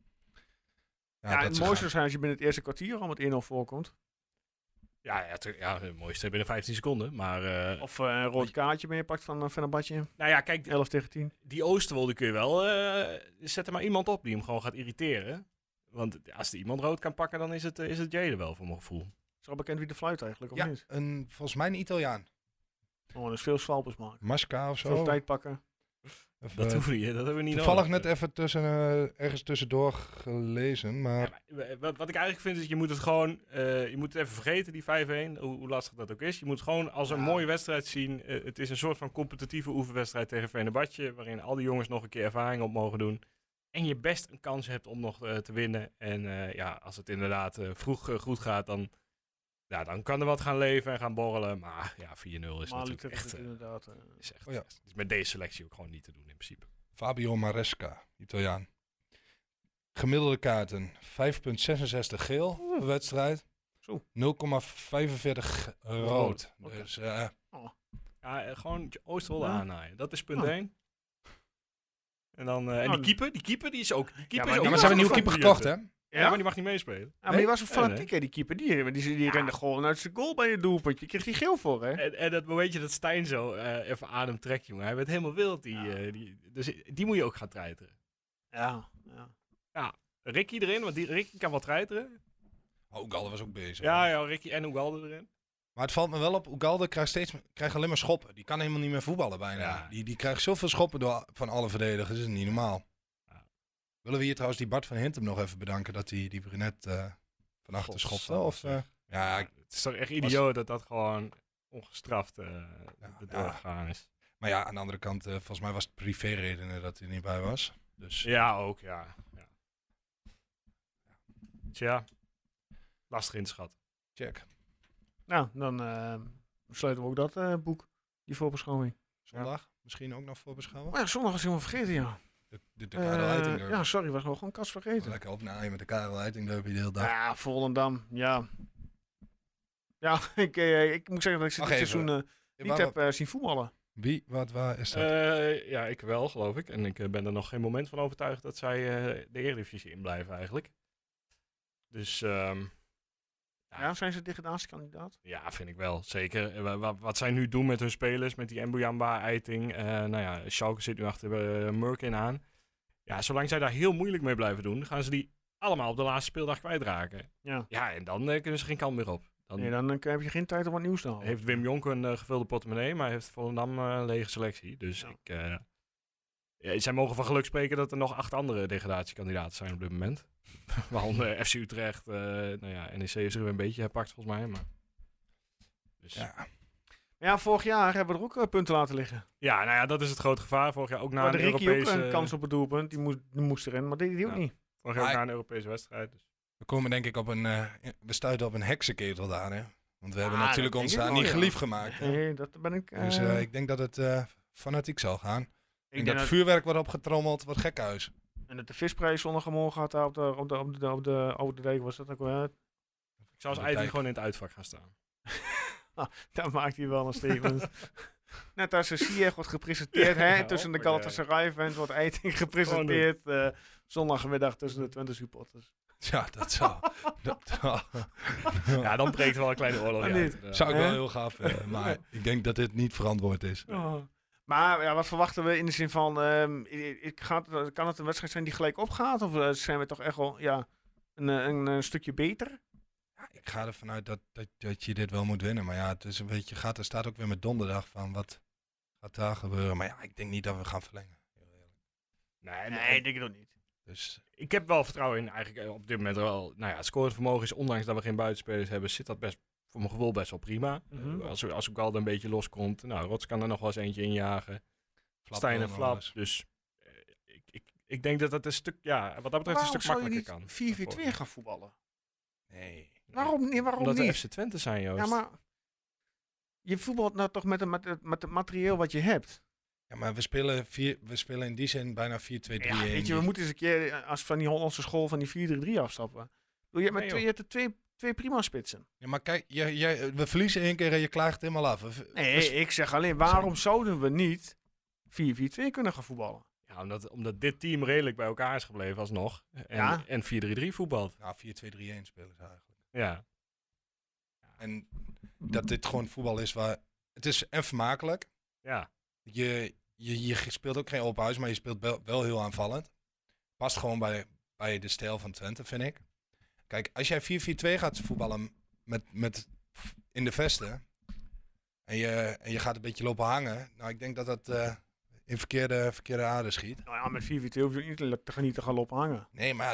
het mooiste zou zijn als je binnen het eerste kwartier al met 1-0 voorkomt. Ja, het mooiste binnen 15 seconden. Maar, of een rood kaartje mee pakt van Fenerbahce. Nou ja, kijk, 11 tegen 10. Die Oosterwolde kun je wel... zet er maar iemand op die hem gewoon gaat irriteren. Want als er iemand rood kan pakken, dan is het Jade wel, voor mijn gevoel. Is al bekend wie de fluit eigenlijk, of niet? Volgens mij een Italiaan. Oh, dus veel swalpers maken. Masca of zo. Veel tijd pakken. Dat hoeft niet, dat hebben we niet toevallig net even ergens tussendoor gelezen, maar... Ja, maar wat ik eigenlijk vind is, je moet het gewoon... je moet het even vergeten, die 5-1, hoe lastig dat ook is. Je moet het gewoon als een mooie wedstrijd zien. Het is een soort van competitieve oefenwedstrijd tegen Fenerbahce, waarin al die jongens nog een keer ervaring op mogen doen. En je best een kans hebt om nog te winnen. En als het inderdaad vroeg goed gaat, dan kan er wat gaan leven en gaan borrelen. Maar ja, 4-0 is natuurlijk echt... is echt is met deze selectie ook gewoon niet te doen in principe. Fabio Maresca, Italiaan. Gemiddelde kaarten, 5,66 geel per wedstrijd. 0,45 rood. Okay. Dus, gewoon Oosterwolde aannaaien. Dat is punt 1. En dan en die keeper die is ook... Maar ze hebben een nieuwe keeper gekocht, hè? Ja, maar die mag niet meespelen. Ja, maar die was een fanatiek, hè, die keeper. Die rende gewoon uit zijn goal bij je doelpunt. Je kreeg die geel voor, hè? En dat momentje dat Stijn zo even adem trekt, jongen. Hij werd helemaal wild. Dus die moet je ook gaan treiteren. Ja. Ricky erin, want Ricky kan wel treiteren. Ugalde was ook bezig. Ja, Ricky en Ugalde erin. Maar het valt me wel op, Ugalde krijgt alleen maar schoppen. Die kan helemaal niet meer voetballen bijna. Ja. Die krijgt zoveel schoppen van alle verdedigers. Dat is niet normaal. Willen we hier trouwens die Bart van Hintem nog even bedanken dat hij die Brunet van achter schopte? Het is toch echt idioot dat gewoon ongestraft doorgegaan is. Maar ja, aan de andere kant, volgens mij was het privé-redenen dat hij er niet bij was. Dus, ja, ook, ja. Tja, lastig in te schatten. Check. Nou, dan sluiten we ook dat boek, die voorbeschouwing. Zondag misschien ook nog voorbeschouwen? Oh ja, zondag was helemaal vergeten, ja. De Karel Heiting Derby. Ja, sorry, was gewoon kast vergeten. Lekker opnaaien met de Karel Heiting Derby de hele dag. Ja, Volendam, ja. Ja, ik moet zeggen dat ik ze dit seizoen niet heb zien voetballen. Wie, waar is dat? Ja, ik wel, geloof ik. En ik ben er nog geen moment van overtuigd dat zij de Eredivisie in blijven eigenlijk. Dus... ja, zijn ze degradatiekandidaat? Ja, vind ik wel. Zeker. Wat zij nu doen met hun spelers, met die Mbuyamba-eiting. Schalke zit nu achter Murkin aan. Ja, zolang zij daar heel moeilijk mee blijven doen, gaan ze die allemaal op de laatste speeldag kwijtraken. Ja, en dan kunnen ze geen kant meer op. Dan heb je geen tijd om wat nieuws te halen. Heeft Wim Jonk een gevulde portemonnee, maar heeft Volendam een lege selectie. Dus zij mogen van geluk spreken dat er nog 8 andere degradatiekandidaten zijn op dit moment. Waaronder FC Utrecht, NEC is er weer een beetje herpakt volgens mij. Maar... Dus... Ja, vorig jaar hebben we er ook punten laten liggen. Ja, dat is het grote gevaar. Vorig jaar ook na een Europese... ook een kans op het doelpunt, die moest erin, maar die ook niet. Vorig jaar ook na een Europese wedstrijd. Dus. We komen denk ik we stuiten op een heksenketel daar, hè. Want we hebben natuurlijk ons daar niet geliefd gemaakt. Nee, dat ben ik... Dus ik denk dat het fanatiek zal gaan. Ik denk dat vuurwerk wordt opgetrommeld, wat gekhuis. En dat de visprijs zondagmorgen had op de Oude Dijk was dat ook wel. Ik zou als eiting gewoon in het uitvak gaan staan. Daar maakt hij wel een statement. Net als Ziyech wordt gepresenteerd, hè, tussen de Galatasaray-fans wordt eiting gepresenteerd. Zondagmiddag tussen de Twente supporters. Ja, dat zou. Ja, dan breekt er wel een kleine oorlog uit. Zou ik wel heel gaaf vinden, maar ik denk dat dit niet verantwoord is. Oh. Maar ja, wat verwachten we in de zin van, kan het een wedstrijd zijn die gelijk opgaat? Of zijn we toch echt wel een stukje beter? Ja, ik ga ervan uit dat je dit wel moet winnen. Maar ja, het is een beetje, er staat ook weer met donderdag van wat gaat daar gebeuren. Maar ja, ik denk niet dat we gaan verlengen. Nee, ik denk het ook niet. Dus ik heb wel vertrouwen in eigenlijk op dit moment wel. Nou ja, het scorevermogen is, ondanks dat we geen buitenspelers hebben, zit dat best voor mijn gevoel best wel prima. Mm-hmm. Als Ugalde een beetje loskomt, Rots kan er nog wel eens eentje injagen. Stijn en Flap. Dus ik denk dat het een stuk, wat dat betreft een stuk makkelijker kan. 4-4-2 gaan voetballen? nee. Waarom niet? Omdat de FC Twente zijn, Joost. Ja, maar je voetbalt nou toch met het materieel wat je hebt. Ja, maar we spelen in die zin bijna 4-2-3-1. Ja, weet je, we moeten eens een keer als van die Hollandse school van die 4-3-3 afstappen. Je hebt er twee prima spitsen. Ja, maar kijk, we verliezen 1 keer en je klaagt helemaal af. Ik zeg alleen, waarom zouden we niet 4-4-2 kunnen gaan voetballen? Ja, omdat dit team redelijk bij elkaar is gebleven alsnog. En 4-3-3 voetbalt. Ja, 4-2-3-1 spelen ze eigenlijk. Ja. En dat dit gewoon voetbal is waar... Het is en vermakelijk. Ja. Je speelt ook geen open huis, maar je speelt wel heel aanvallend. Past gewoon bij de stijl van Twente, vind ik. Kijk, als jij 4-4-2 gaat voetballen met in de vesten en je gaat een beetje lopen hangen, nou, ik denk dat dat in verkeerde aarde schiet. Nou ja, met 4-4-2 hoef je niet te gaan lopen hangen. Nee, maar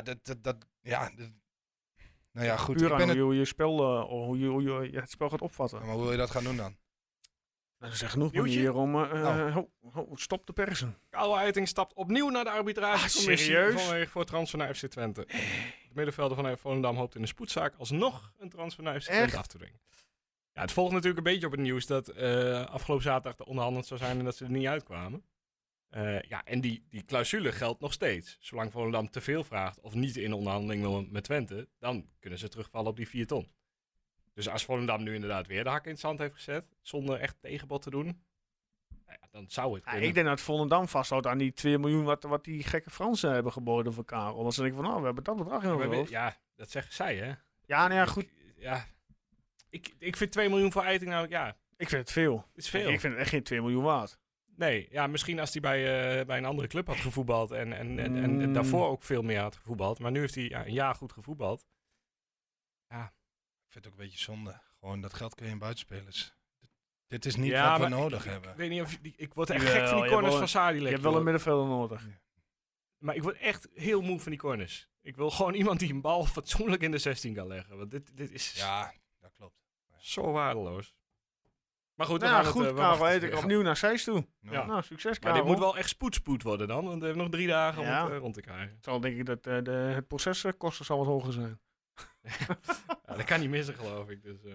nou ja, goed. Puur aan hoe je het spel gaat opvatten. Maar hoe wil je dat gaan doen dan? Er zijn genoeg manieren om... stop de persen. Koude Eiting stapt opnieuw naar de arbitragecommissie voor transfer naar FC Twente. De middenvelder van Volendam hoopt in de spoedzaak alsnog een transfer naar FC Twente af te dwingen. Ja, het volgt natuurlijk een beetje op het nieuws dat afgelopen zaterdag onderhandeld zou zijn en dat ze er niet uitkwamen. En die clausule geldt nog steeds. Zolang Volendam te veel vraagt of niet in onderhandeling wil met Twente, dan kunnen ze terugvallen op die 4 ton. Dus als Volendam nu inderdaad weer de hak in het zand heeft gezet, zonder echt tegenbod te doen, dan zou het kunnen. Ik denk dat Volendam vasthoudt aan die 2 miljoen wat die gekke Fransen hebben geboden voor Karel. Want ze denken van, we hebben dat bedrag in ons hoofd. Ja, dat zeggen zij, hè? Ja, nou ja, goed. Ik vind 2 miljoen voor Eiting nou, ik vind het veel. Het is veel. Ik vind het echt geen 2 miljoen waard. Nee, ja, misschien als hij bij een andere club had gevoetbald en daarvoor ook veel meer had gevoetbald. Maar nu heeft hij een jaar goed gevoetbald. Ja. Ik vind het ook een beetje zonde. Gewoon dat geld kun je in buitenspelers. Dit is niet wat we nodig hebben. Ik weet niet of ik word echt gek van die corners van Sadilek. Je hebt wel een middenvelder nodig. Ja. Maar ik word echt heel moe van die corners. Ik wil gewoon iemand die een bal fatsoenlijk in de 16 kan leggen. Want dit is... Ja, dat klopt. Zo waardeloos. Maar goed, Karel Eiting opnieuw naar Zeist toe. Ja. Nou, succes, Maar Karel. dit moet wel echt spoed worden dan. Want we hebben nog 3 dagen om het rond te krijgen. Het zal denk ik dat het proceskosten zal wat hoger zijn. Dat kan niet missen, geloof ik. Dus,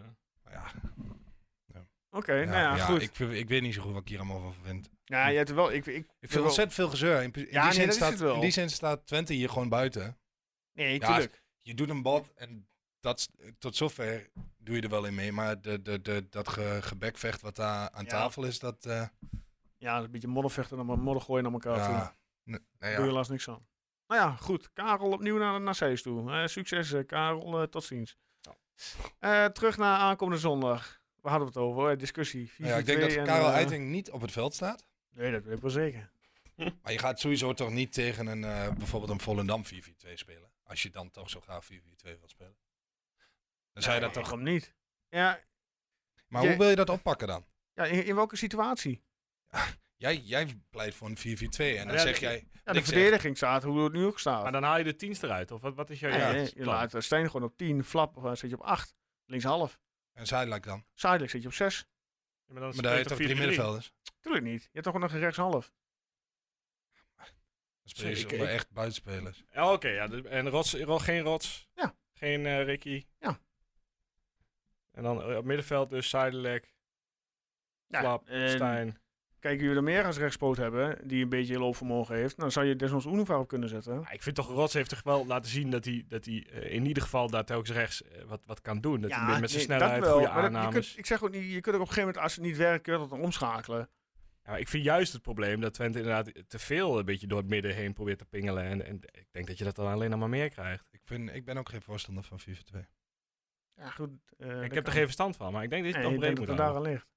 Oké, nou ja, goed. Ik weet niet zo goed wat ik hier allemaal van vind. Ja, je hebt er wel... Ik vind ontzettend veel gezeur. In die zin staat Twente hier gewoon buiten. Nee, tuurlijk. Je doet een bod en tot zover doe je er wel in mee. Maar dat gebekvecht wat daar aan tafel is, dat... Ja, een beetje moddervechten en dan modder gooien naar elkaar toe. Doe je helaas niks aan. Nou ja, goed. Karel opnieuw naar Zeist toe. Succes, Karel. Tot ziens. Terug naar aankomende zondag. Waar hadden we het over? Discussie. 4-4-2 ik denk dat Karel Eiting niet op het veld staat. Nee, dat weet ik wel zeker. Maar je gaat sowieso toch niet tegen bijvoorbeeld een Volendam 4-4-2 spelen. Als je dan toch zo graag 4-4-2 wilt spelen. Dan zou je dat toch... Waarom niet? Ja. Maar hoe wil je dat oppakken dan? Ja, in welke situatie? Jij pleit voor een 4-4-2 en dan zeg jij... Ja, de verdediging staat hoe het nu ook staat. Maar dan haal je de 10's eruit, of wat is jouw... je laat Stijn gewoon op 10, Flap zet je op 8, linkshalf. En Zuidelijk dan? Zuidelijk zet je op 6. Ja, maar daar heb je toch 3 middenvelders? Tuurlijk niet. Je hebt toch nog een rechtshalf. Dan speel je zonder echt buitenspelers. Oké, en geen Rots. Ja. Geen Ricky. Ja. En dan op middenveld dus Zuidelijk, Flap, Stijn. Kijken jullie er meer als rechtspoot hebben, die een beetje loopvermogen heeft, dan zou je desnoods Unova op kunnen zetten. Ja, ik vind toch, Rots heeft toch wel laten zien dat hij in ieder geval daar telkens rechts wat kan doen. Dat hij met zijn snelheid, goede aannames. Ik zeg ook niet, je kunt ook op een gegeven moment, als het niet werkt, kun je dat omschakelen. Ja, ik vind juist het probleem dat Twente inderdaad te veel een beetje door het midden heen probeert te pingelen. En ik denk dat je dat dan alleen nog maar meer krijgt. Ik ben ook geen voorstander van 4-4-2. Ja, goed. Ik heb er geen verstand van, maar ik denk dat het dan breed moet daar aan ligt.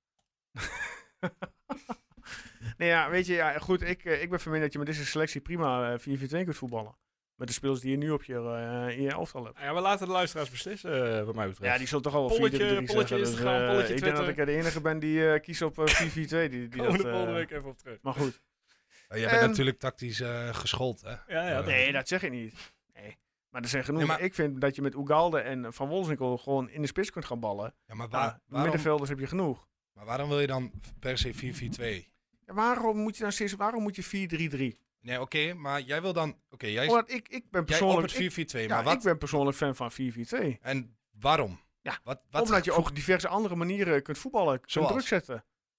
Nee, ja, weet je, goed, ik ben van mening dat je met deze selectie prima 4-4-2 kunt voetballen. Met de spelers die je nu op je elftal hebt. Ja, we laten de luisteraars beslissen, wat mij betreft. Ja, die zullen toch al 4-3-3 zeggen. Dus, ik denk dat ik de enige ben die kiest op 4-4-2. Die komen de volgende week even op terug. Maar goed. Jij bent natuurlijk tactisch geschoold, hè? Ja, nee, dat zeg ik niet. Nee. Maar er zijn genoeg. Nee, maar ik vind dat je met Ugalde en Van Wolfswinkel gewoon in de spits kunt gaan ballen. Ja, maar waarom, middenvelders heb je genoeg. Maar waarom wil je dan per se 4-4-2? Ja, waarom moet je 4-3-3? Nee, oké, maar jij wil dan... ik ben persoonlijk... Jij op het 4-4-2, maar wat? Ik ben persoonlijk fan van 4-4-2. En waarom? Ja, omdat je ook op diverse andere manieren kunt voetballen. Kunt druk zetten.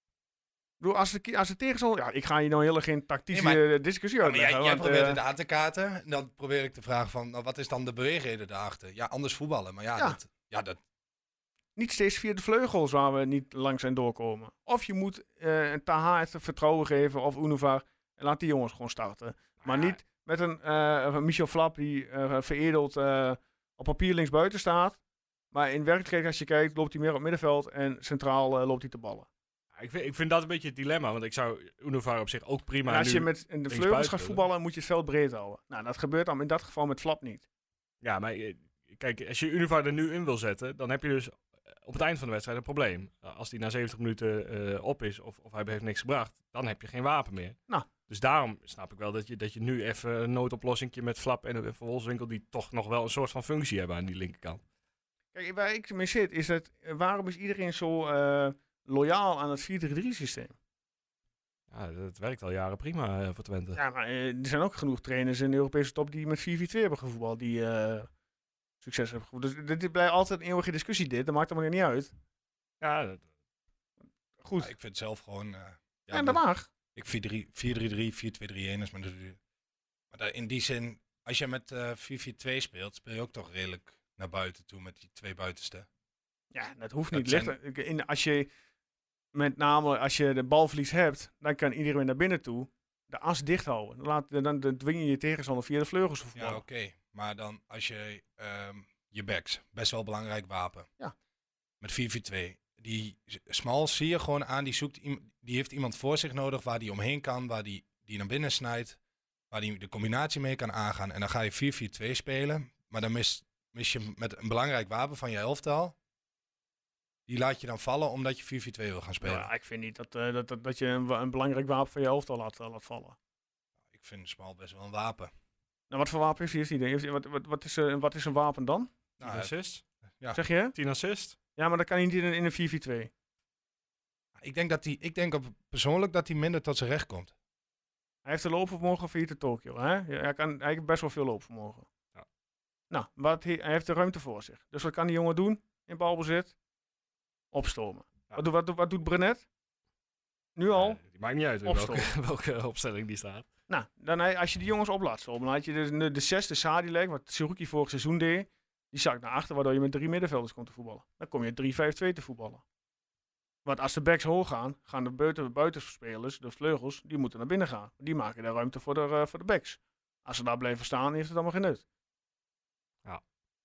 Als de tegenstander... Ja, ik ga hier nou heel geen tactische discussie uitleggen. Jij probeert het aan te kaarten. En dan probeer ik te vragen van... Nou, wat is dan de beweegreden daarachter? Ja, anders voetballen. Maar dat... Niet steeds via de vleugels waar we niet lang zijn doorkomen. Of je moet een Taha het vertrouwen geven of Unova en laat die jongens gewoon starten. Maar niet met een Michel Flap die veredeld op papier linksbuiten staat. Maar in werkelijkheid als je kijkt loopt hij meer op middenveld en centraal loopt hij te ballen. Ik vind dat een beetje het dilemma, want ik zou Unova op zich ook prima. En als je met de vleugels gaat voetballen moet je het veld breed houden. Nou, dat gebeurt dan in dat geval met Flap niet. Ja, maar kijk, als je Unova er nu in wil zetten, dan heb je dus op het eind van de wedstrijd een probleem. Als die na 70 minuten op is of hij heeft niks gebracht, dan heb je geen wapen meer. Nou. Dus daarom snap ik wel dat je nu even een noodoplossing met Flap en Van Wolfswinkel die toch nog wel een soort van functie hebben aan die linkerkant. Kijk, waar ik mee zit is dat waarom is iedereen zo loyaal aan het 4-3-3 systeem? Ja, dat werkt al jaren prima voor Twente. Ja, maar er zijn ook genoeg trainers in de Europese top die met 4-4-2 hebben gevoetbald, die succes hebben gevoetbald. Dus dit blijft altijd een eeuwige discussie dat maakt allemaal niet uit. Ja, goed. Ja, ik vind zelf gewoon... ja, dat mag. 4-3-3, 4-2-3-1 is maar in die zin, als je met 4-4-2 speelt, speel je ook toch redelijk naar buiten toe met die twee buitensten. Ja, dat hoeft niet. Als je de balverlies hebt, dan kan iedereen naar binnen toe de as dicht houden. Dan dwing je je tegenstander via de vleugels te voetballen. Ja, oké. Maar dan als je je backs, best wel belangrijk wapen. Ja. Met 4-4-2. Die Smal zie je gewoon aan, die heeft iemand voor zich nodig waar die omheen kan, waar die naar binnen snijdt, waar die de combinatie mee kan aangaan. En dan ga je 4-4-2 spelen, maar dan mis je met een belangrijk wapen van je elftal. Die laat je dan vallen omdat je 4-4-2 wil gaan spelen. Ja, ik vind niet dat je een belangrijk wapen van je elftal laat vallen. Ik vind Smal best wel een wapen. Nou, wat voor wapen heeft hij? Wat is een wapen dan? 10 assist. Ja. Zeg je? 10 assist. Ja, maar dat kan niet in een 4-4-2. Ik denk persoonlijk dat hij minder tot zijn recht komt. Hij heeft de loopvermogen van hier te Tokio. Hè? Hij heeft best wel veel loopvermogen. Ja. Nou, hij heeft de ruimte voor zich. Dus wat kan die jongen doen in balbezit? Opstomen. Ja. Wat doet Brenet? Nu al? Die maakt niet uit welke opstelling die staat. Nou, dan als je die jongens op laat stomen, dan had je de zesde Sadilek, wat Tsuruki vorig seizoen deed. Die zakt naar achter, waardoor je met 3 middenvelders komt te voetballen. Dan kom je 3-5-2 te voetballen. Want als de backs hoog gaan de buitenspelers, de vleugels, die moeten naar binnen gaan. Die maken de ruimte voor de backs. Als ze daar blijven staan, heeft het allemaal geen nut. Ja.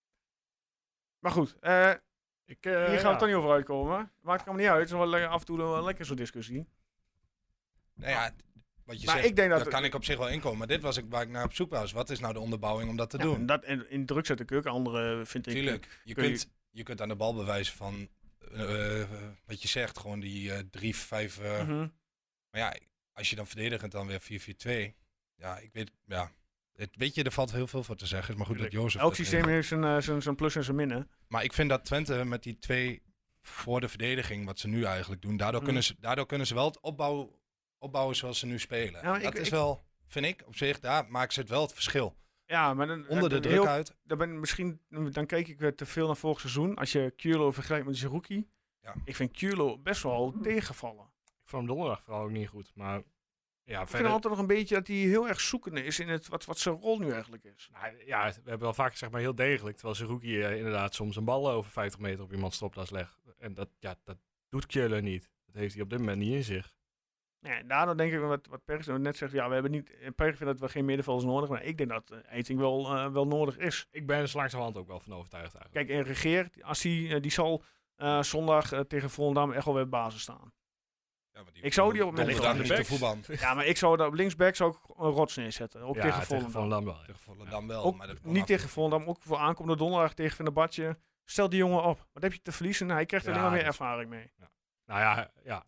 Maar goed, hier gaan we het toch niet over uitkomen. Maakt allemaal niet uit. Het is wel af en toe wel lekker zo'n discussie. Nou ja, wat je maar zegt, ik denk daar kan ik op zich wel inkomen. Maar dit was waar ik naar op zoek was. Wat is nou de onderbouwing om dat te doen? En dat in druk zetten kun je ook andere, vind ik. Tuurlijk, je kunt aan de bal bewijzen van wat je zegt. Gewoon die 3-5. Maar ja, als je dan verdedigend dan weer 4-4-2. Ja, ik weet, ja. Weet je, er valt heel veel voor te zeggen. Maar goed dat Jozef... Elk systeem heeft zijn plus en zijn minnen. Maar ik vind dat Twente met die 2 voor de verdediging, wat ze nu eigenlijk doen, daardoor kunnen ze wel het opbouwen zoals ze nu spelen. Ja, dat is wel, vind ik, op zich, daar maken ze het wel het verschil. Ja, maar dan, onder de druk uit. Dan kijk ik weer te veel naar vorig seizoen. Als je Kjurlo vergelijkt met Zerouki. Ja. Ik vind Kjurlo best wel tegenvallen. Ik vond hem donderdag vooral ook niet goed, maar... Ja, ik vind altijd nog een beetje dat hij heel erg zoekende is in het wat zijn rol nu eigenlijk is. Nou, ja, we hebben wel vaak zeg maar heel degelijk. Terwijl Zerouki inderdaad soms een bal over 50 meter op iemands stopdas legt. En dat doet Kjelle niet. Dat heeft hij op dit moment niet in zich. Ja, daardoor denk ik wat Perks net zegt. Ja, we hebben niet... Perks vindt dat we geen middenvelders nodig hebben. Maar ik denk dat Eiting wel nodig is. Ik ben er langzamerhand ook wel van overtuigd eigenlijk. Kijk, en Regeer, als die zal zondag tegen Volendam echt wel weer basis staan. Ja, ik zou die op mijn voetbal. Ja, maar ik zou daar op linksback ook een rots neerzetten. Ook tegen Volendam wel. Tegen Volendam wel. Ook maar dat niet tegen Volendam, ook voor aankomende donderdag tegen Fenerbahce. Stel die jongen op. Wat heb je te verliezen? Hij krijgt er alleen maar meer ervaring mee. Ja. Nou ja.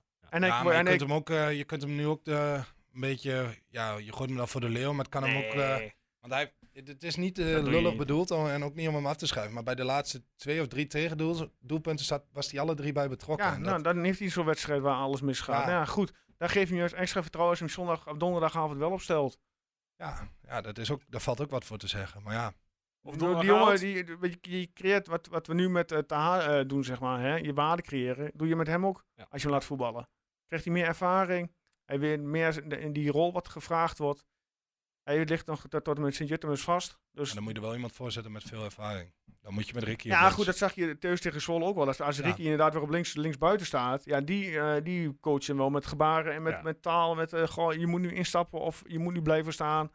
Je kunt hem nu ook een beetje... Ja, je gooit hem dan voor de leeuw, maar het kan hem ook... Want het is niet lullig bedoeld en ook niet om hem af te schuiven. Maar bij de laatste 2 of 3 tegendoelpunten was hij alle 3 bij betrokken. Ja, dan heeft hij zo'n wedstrijd waar alles misgaat. Ja, goed. Daar geef je juist extra vertrouwen als je hem zondag of donderdagavond wel opstelt. Ja, daar valt ook wat voor te zeggen. Maar ja. Of die jongen die creëert wat we nu met Taha doen, zeg maar. Hè? Je waarde creëren. Doe je met hem ook als je hem laat voetballen. Krijgt hij meer ervaring. Hij weer meer in die rol wat gevraagd wordt. Hij ligt nog tot en met Sint-Juttemus vast. Dus en dan moet je er wel iemand voor zetten met veel ervaring. Dan moet je met Ricky... Ja, goed, dat zag je thuis tegen Zwolle ook wel. Als Ricky inderdaad weer op links buiten staat. Ja, die coacht hem wel met gebaren en met taal. Met je moet nu instappen of je moet nu blijven staan.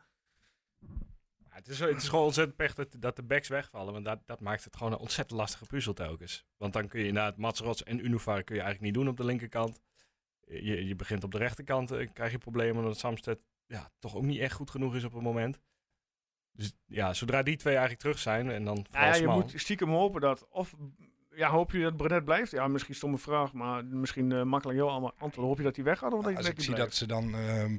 Ja, het is gewoon ontzettend pech dat de backs wegvallen. Want dat maakt het gewoon een ontzettend lastige puzzel telkens. Want dan kun je inderdaad Mats Rots en Unifar kun je eigenlijk niet doen op de linkerkant. Je begint op de rechterkant, krijg je problemen omdat Samsted toch ook niet echt goed genoeg is op het moment. Dus ja, zodra die 2 eigenlijk terug zijn en dan je moet stiekem hopen dat... Of hoop je dat Brenet blijft? Ja, misschien stomme vraag, maar misschien makkelijk heel allemaal antwoord. Hoop je dat hij weggaat of dat als ik zie dat ze dan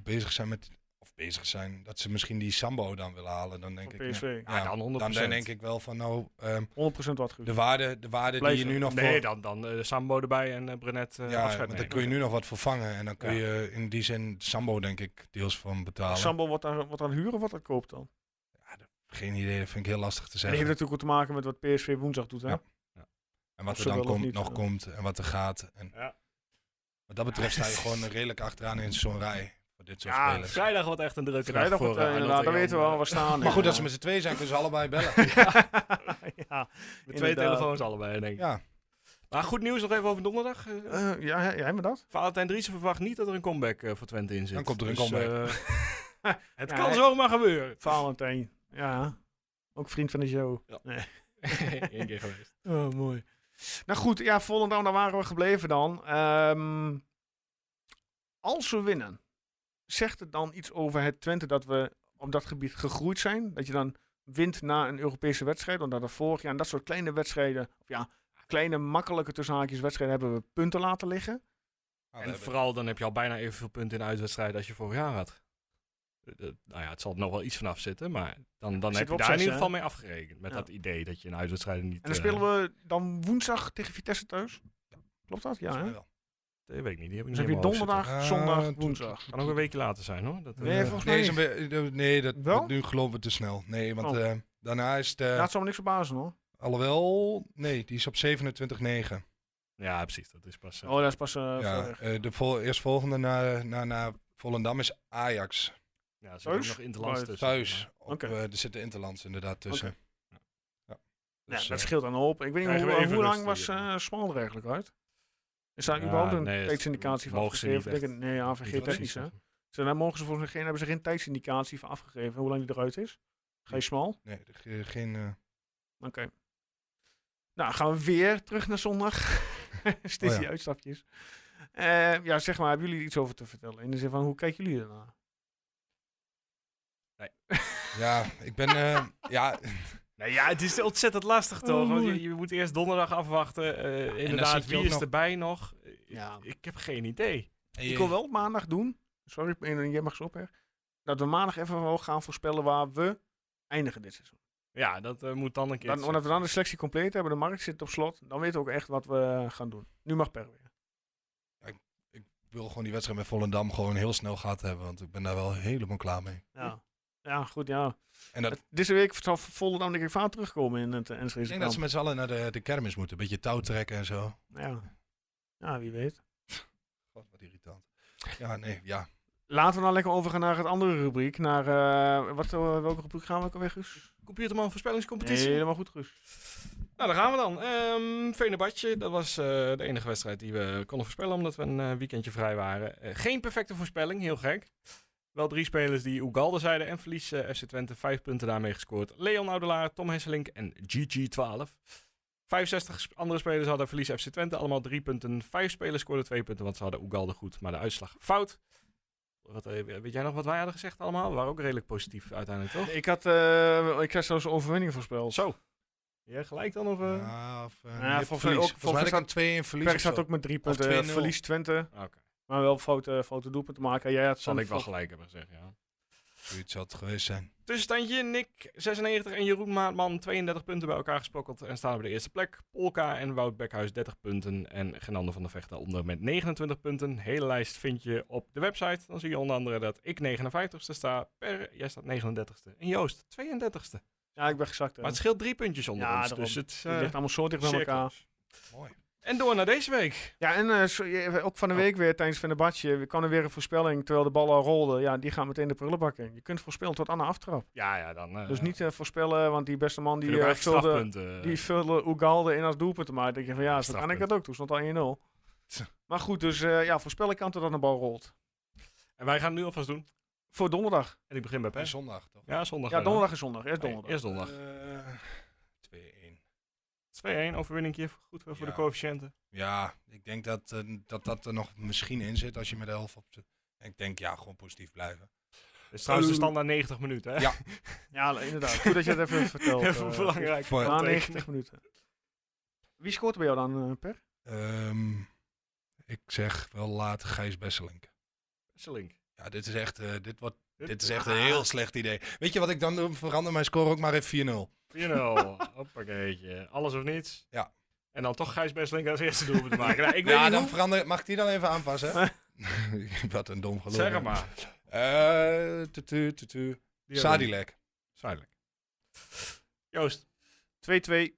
bezig zijn dat ze misschien die Sambo dan willen halen, dan denk ik... PSV. Dan denk ik wel van 100% wat goed. De waarde die je nu nog dan Sambo erbij en Brenet afscheid want dan kun je nu nog wat vervangen en dan kun je in die zin Sambo denk ik deels van betalen. Sambo wat aan huren of wat aan koopt dan? Geen idee, dat vind ik heel lastig te zeggen. En dat heeft natuurlijk ook te maken met wat PSV woensdag doet, hè? Ja. En wat er dan komt en wat er gaat. En wat dat betreft sta je gewoon redelijk achteraan in zo'n rij voor dit soort spelers. Vrijdag wordt echt een drukke dag voor. Inderdaad, dan weten we wel waar staan. Maar goed, dat ze met z'n 2 zijn, kunnen ze allebei bellen. Met 2 telefoons allebei, denk ik. Ja. Maar goed nieuws nog even over donderdag. Jij met dat? Valentijn Driessen verwacht niet dat er een comeback voor Twente in zit. Dan komt er een comeback. Het kan zomaar gebeuren. Valentijn, ja. Ook vriend van de show. Ja. Nee. 1 keer geweest. Oh, mooi. Nou goed, Volendam, daar waren we gebleven dan. Als we winnen, zegt het dan iets over het Twente dat we op dat gebied gegroeid zijn? Dat je dan wint na een Europese wedstrijd, omdat er vorig jaar en dat soort kleine wedstrijden, kleine makkelijke tussenhaakjes wedstrijden hebben we punten laten liggen. En vooral dan heb je al bijna evenveel punten in uitwedstrijden als je vorig jaar had. Het zal er nog wel iets vanaf zitten, maar dan heb je daar in ieder geval mee afgerekend. Met dat idee dat je in uitwedstrijden niet... En dan spelen we dan woensdag tegen Vitesse thuis? Ja. Klopt dat? Ja, hè? Dat weet ik niet. Die heb ik dus heb je donderdag, zondag, woensdag. Kan ook een weekje later zijn, hoor. Volgens mij dat nu geloven we te snel. Nee, want daarna is het... het zal me niks verbazen, hoor. Alhoewel, nee, die is op 27-9. Ja, precies. Dat is pas... dat is pas... de eerstvolgende na Volendam is Ajax. Ja, er zit nog Interlands tussen. Thuis. Er zitten Interlands inderdaad tussen. Okay. Ja. Dus, dat scheelt een hoop. Ik weet niet hoe lang was Smal er eigenlijk uit? Is daar überhaupt een tijdsindicatie van afgegeven? Nee, AVG technisch, hè? Hebben ze geen tijdsindicatie van afgegeven hoe lang die eruit is? Geen Smal? Nee, geen... Oké. Nou, gaan we weer terug naar zondag. Steeds die uitstapjes. Zeg maar, hebben jullie iets over te vertellen? In de zin van, hoe kijken jullie ernaar? Nee. Ja, ik ben... Nou ja, het is ontzettend lastig toch? Want je moet eerst donderdag afwachten. Inderdaad, wie is erbij nog? Ik heb geen idee. Ik wil wel maandag doen. Sorry, jij mag zo op, hè. Dat we maandag even wel gaan voorspellen waar we eindigen dit seizoen. Ja, dat moet dan een keer. Omdat we dan de selectie compleet hebben, de markt zit op slot, dan weten we ook echt wat we gaan doen. Nu mag Per weer. Ik wil gewoon die wedstrijd met Volendam gewoon heel snel gehad hebben, want ik ben daar wel helemaal klaar mee. Ja, goed, ja. En deze week zal Volendam denk ik vaak terugkomen in het Enschede. Ik denk dat ze met z'n allen naar de kermis moeten. Een beetje touw trekken en zo. Ja, wie weet. God, wat irritant. Ja. Laten we dan lekker overgaan naar het andere rubriek. Naar, welke rubriek gaan we ook alweer, Guus? Computerman voorspellingscompetitie. Nee, helemaal goed, Guus. Nou, daar gaan we dan. Fenerbahce, dat was de enige wedstrijd die we konden voorspellen, omdat we een weekendje vrij waren. Geen perfecte voorspelling, heel gek. Wel 3 spelers die Ugalde zeiden en verlies FC Twente. 5 punten daarmee gescoord. Leon Oudelaar, Tom Hesselink en GG12. 65 andere spelers hadden verlies FC Twente. Allemaal 3 punten. 5 spelers scoorden 2 punten, want ze hadden Ugalde goed. Maar de uitslag fout. Weet jij nog wat wij hadden gezegd allemaal? We waren ook redelijk positief uiteindelijk, toch? Ik had zelfs overwinning voorspeld. Zo. Ja, gelijk dan? Volgens mij kan 2-1 verlies. Perk staat ook met 3 punten. Verlies Twente. Okay. Maar wel foute doelpunten maken. Jij had zal ik wel gelijk hebben gezegd, ja. Zoiets zal het geweest zijn. Tussenstandje, Nick 96 en Jeroen Maatman 32 punten bij elkaar gesprokkeld en staan op de eerste plek. Polka en Wout Bekhuis 30 punten en Genander van der Vecht daaronder met 29 punten. Hele lijst vind je op de website. Dan zie je onder andere dat ik 59ste sta, Per, jij staat 39ste en Joost 32ste. Ja, ik ben gezakt. Maar het scheelt 3 puntjes onder ons, dus het ligt allemaal zo dicht bij elkaar. Mooi. En door naar deze week. Ja, en ook van de week weer tijdens Fenerbahce. We kwamen weer een voorspelling terwijl de bal al rolde. Ja, die gaat meteen de prullenbak in. Je kunt voorspellen tot aan de aftrap. Ja, dan... dus niet voorspellen, want die beste man die vulde Ugalde in als doelpunt te maken. Dan denk je van zo kan ik dat ook. Toen stond al 1-0. Maar goed, dus voorspellen kan totdat de bal rolt. En wij gaan het nu alvast doen. Voor donderdag. En ik begin bij Per. Zondag, toch? Ja, zondag. Ja, donderdag en zondag. Eerst donderdag. 2-1. 2-1, overwinningje. Goed voor de coëfficiënten. Ja, ik denk dat er nog misschien in zit als je met de 11 op zit. Ik denk, gewoon positief blijven. Dus trouwens de standaard 90 minuten, hè? Ja, inderdaad. Goed dat je het even vertelt. Even belangrijk. Na 90 minuten. Wie scoort bij jou dan, Per? Ik zeg wel laat Gijs Besselink. Besselink? Ja, dit is echt een heel slecht idee. Weet je wat ik dan doe? Verander mijn score ook maar even 4-0. 4-0, hoppakeetje. Alles of niets. Ja. En dan toch Gijs Besselink als eerste doelpunt te maken. Nou, ik weet niet dan verander. Mag ik die dan even aanpassen? Wat een dom geloof. Zeg het maar. Sadilek. Joost. 2-2.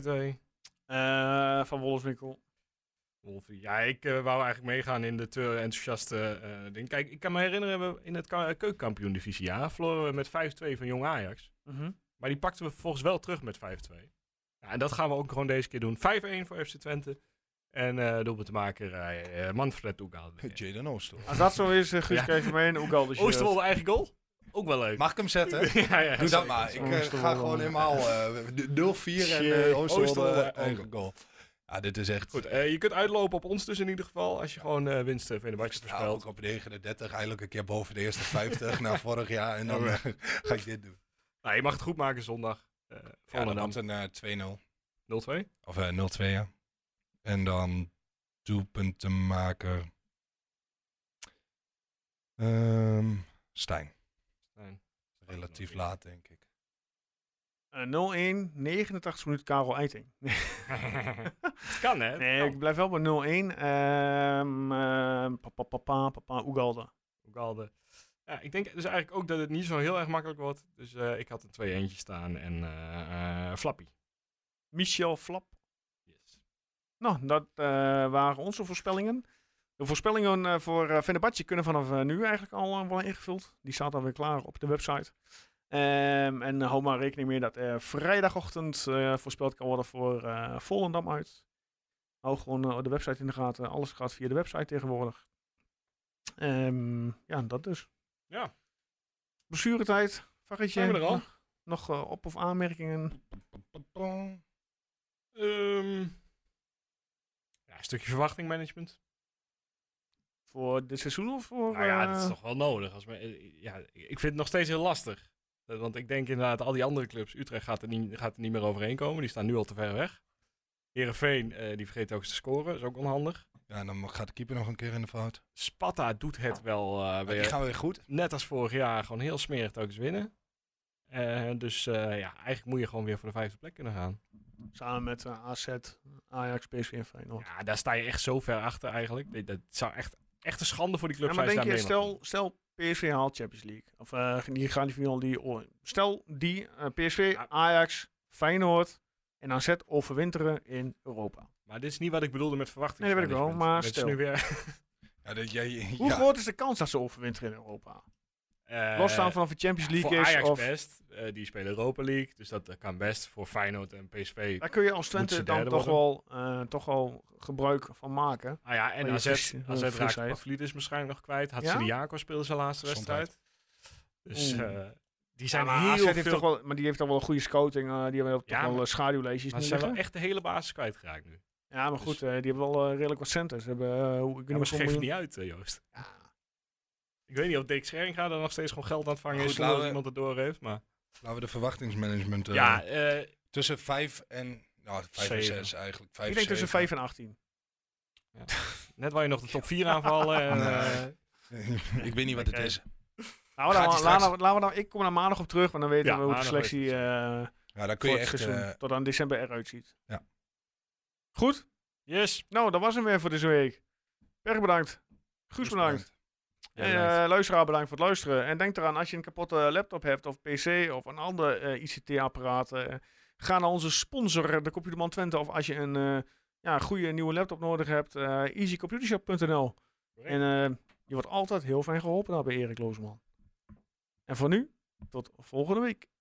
Van Wolfswinkel. Wolfie. Ja, ik wou eigenlijk meegaan in de te enthousiaste ding. Kijk, ik kan me herinneren, we in het keukenkampioen-divisie verloren we met 5-2 van Jong Ajax. Maar die pakten we vervolgens wel terug met 5-2. Ja, en dat gaan we ook gewoon deze keer doen. 5-1 voor FC Twente. En doelpunt te maken Manfred Ugalde. Jaden Ooster. Als dat zo is, Guus krijg je mij een Ugalde. Oosterwolde eigen goal? Ook wel leuk. Mag ik hem zetten? ja, doe dat maar. Ik ga gewoon helemaal 0-4 en Oosterwolde eigen goal. Ja, dit is echt... Goed, je kunt uitlopen op ons dus in ieder geval als je gewoon winst Fenerbahce voorspelt. Ja, ook op 39, eigenlijk een keer boven de eerste 50 na vorig jaar en dan ga ik dit doen. Nou, je mag het goed maken zondag. Dan wordt een 2-0. 0-2? Of 0-2, ja. En dan doelpuntenmaker Stijn. Relatief laat, denk ik. 0-1, 89 minuten Karel Eiting. Het kan, hè? Nee, ik blijf wel bij 0-1. Ugalde. Ja, ik denk dus eigenlijk ook dat het niet zo heel erg makkelijk wordt. Dus ik had een 2-1'tje staan en Flappy. Michel Flap. Yes. Nou, dat waren onze voorspellingen. De voorspellingen voor Fenerbahce kunnen vanaf nu eigenlijk al worden ingevuld. Die staat alweer klaar op de website. En hou maar rekening mee dat vrijdagochtend voorspeld kan worden voor Volendam uit. Hou gewoon de website in de gaten. Alles gaat via de website tegenwoordig. Dat dus. Ja. Blessuretijd. Varretje. Zijn we er al? Nog op- of aanmerkingen? Een stukje verwachtingmanagement. Voor dit seizoen of voor... Nou ja, dat is toch wel nodig. Ik vind het nog steeds heel lastig. Want ik denk inderdaad, al die andere clubs, Utrecht gaat er niet meer overheen komen. Die staan nu al te ver weg. Heerenveen, die vergeet ook eens te scoren. Dat is ook onhandig. Ja, en dan gaat de keeper nog een keer in de fout. Sparta doet het wel. Die gaan weer goed. Net als vorig jaar gewoon heel smerig telkens winnen. Eigenlijk moet je gewoon weer voor de 5e plek kunnen gaan. Samen met AZ, Ajax, PSV en Feyenoord. Ja, daar sta je echt zo ver achter eigenlijk. Dat zou echt een schande voor die club zijn. Maar denk je, stel PSV haalt Champions League. Of die gaan die finale stel die PSV, Ajax, Feyenoord en AZ overwinteren in Europa. Maar dit is niet wat ik bedoelde met verwachting. Nee, dat weet ik wel, maar dat stel. is nu weer... Hoe groot is de kans dat ze overwinteren in Europa? Losstaan vanaf de Champions League voor is. Ajax of best. Die spelen Europa League. Dus dat kan best. Voor Feyenoord en PSV. Daar kun je als Twente dan toch wel gebruik van maken. Ah ja, en AZ raakt Pavlidis waarschijnlijk nog kwijt. Hatziliakos speelde zijn laatste wedstrijd. Dus die zijn heel AZ veel... maar die heeft toch wel een goede scouting. Die hebben toch wel schaduwleesjes. Maar ze zijn wel echt de hele basis kwijtgeraakt nu. Ja, maar goed, die hebben wel redelijk wat centen. Ze hebben... maar ze geven niet uit, Joost. Ja. Ik weet niet of Dick Scheringa er nog steeds gewoon geld aan het vangen is, zonder dat iemand het door heeft, maar... Laten we de verwachtingsmanagement... tussen 5 en... Nou, 5 en 6 eigenlijk. 5, ik denk tussen 5 en 18. Ja. Net waar je nog de top 4 aanvallen. Ik weet niet wat het is. Ik kom naar maandag op terug, want dan weten we hoe de selectie ja, dan kun je echt tot aan december eruit ziet. Ja. Goed? Yes. Nou, dat was hem weer voor deze week. Berg bedankt. Guus bedankt. Luisteraar bedankt voor het luisteren. En denk eraan, als je een kapotte laptop hebt of pc of een ander ICT-apparaat, ga naar onze sponsor, de Computerman Twente. Of als je een goede nieuwe laptop nodig hebt, easycomputershop.nl. En je wordt altijd heel fijn geholpen daar bij Erik Loosman. En voor nu, tot volgende week.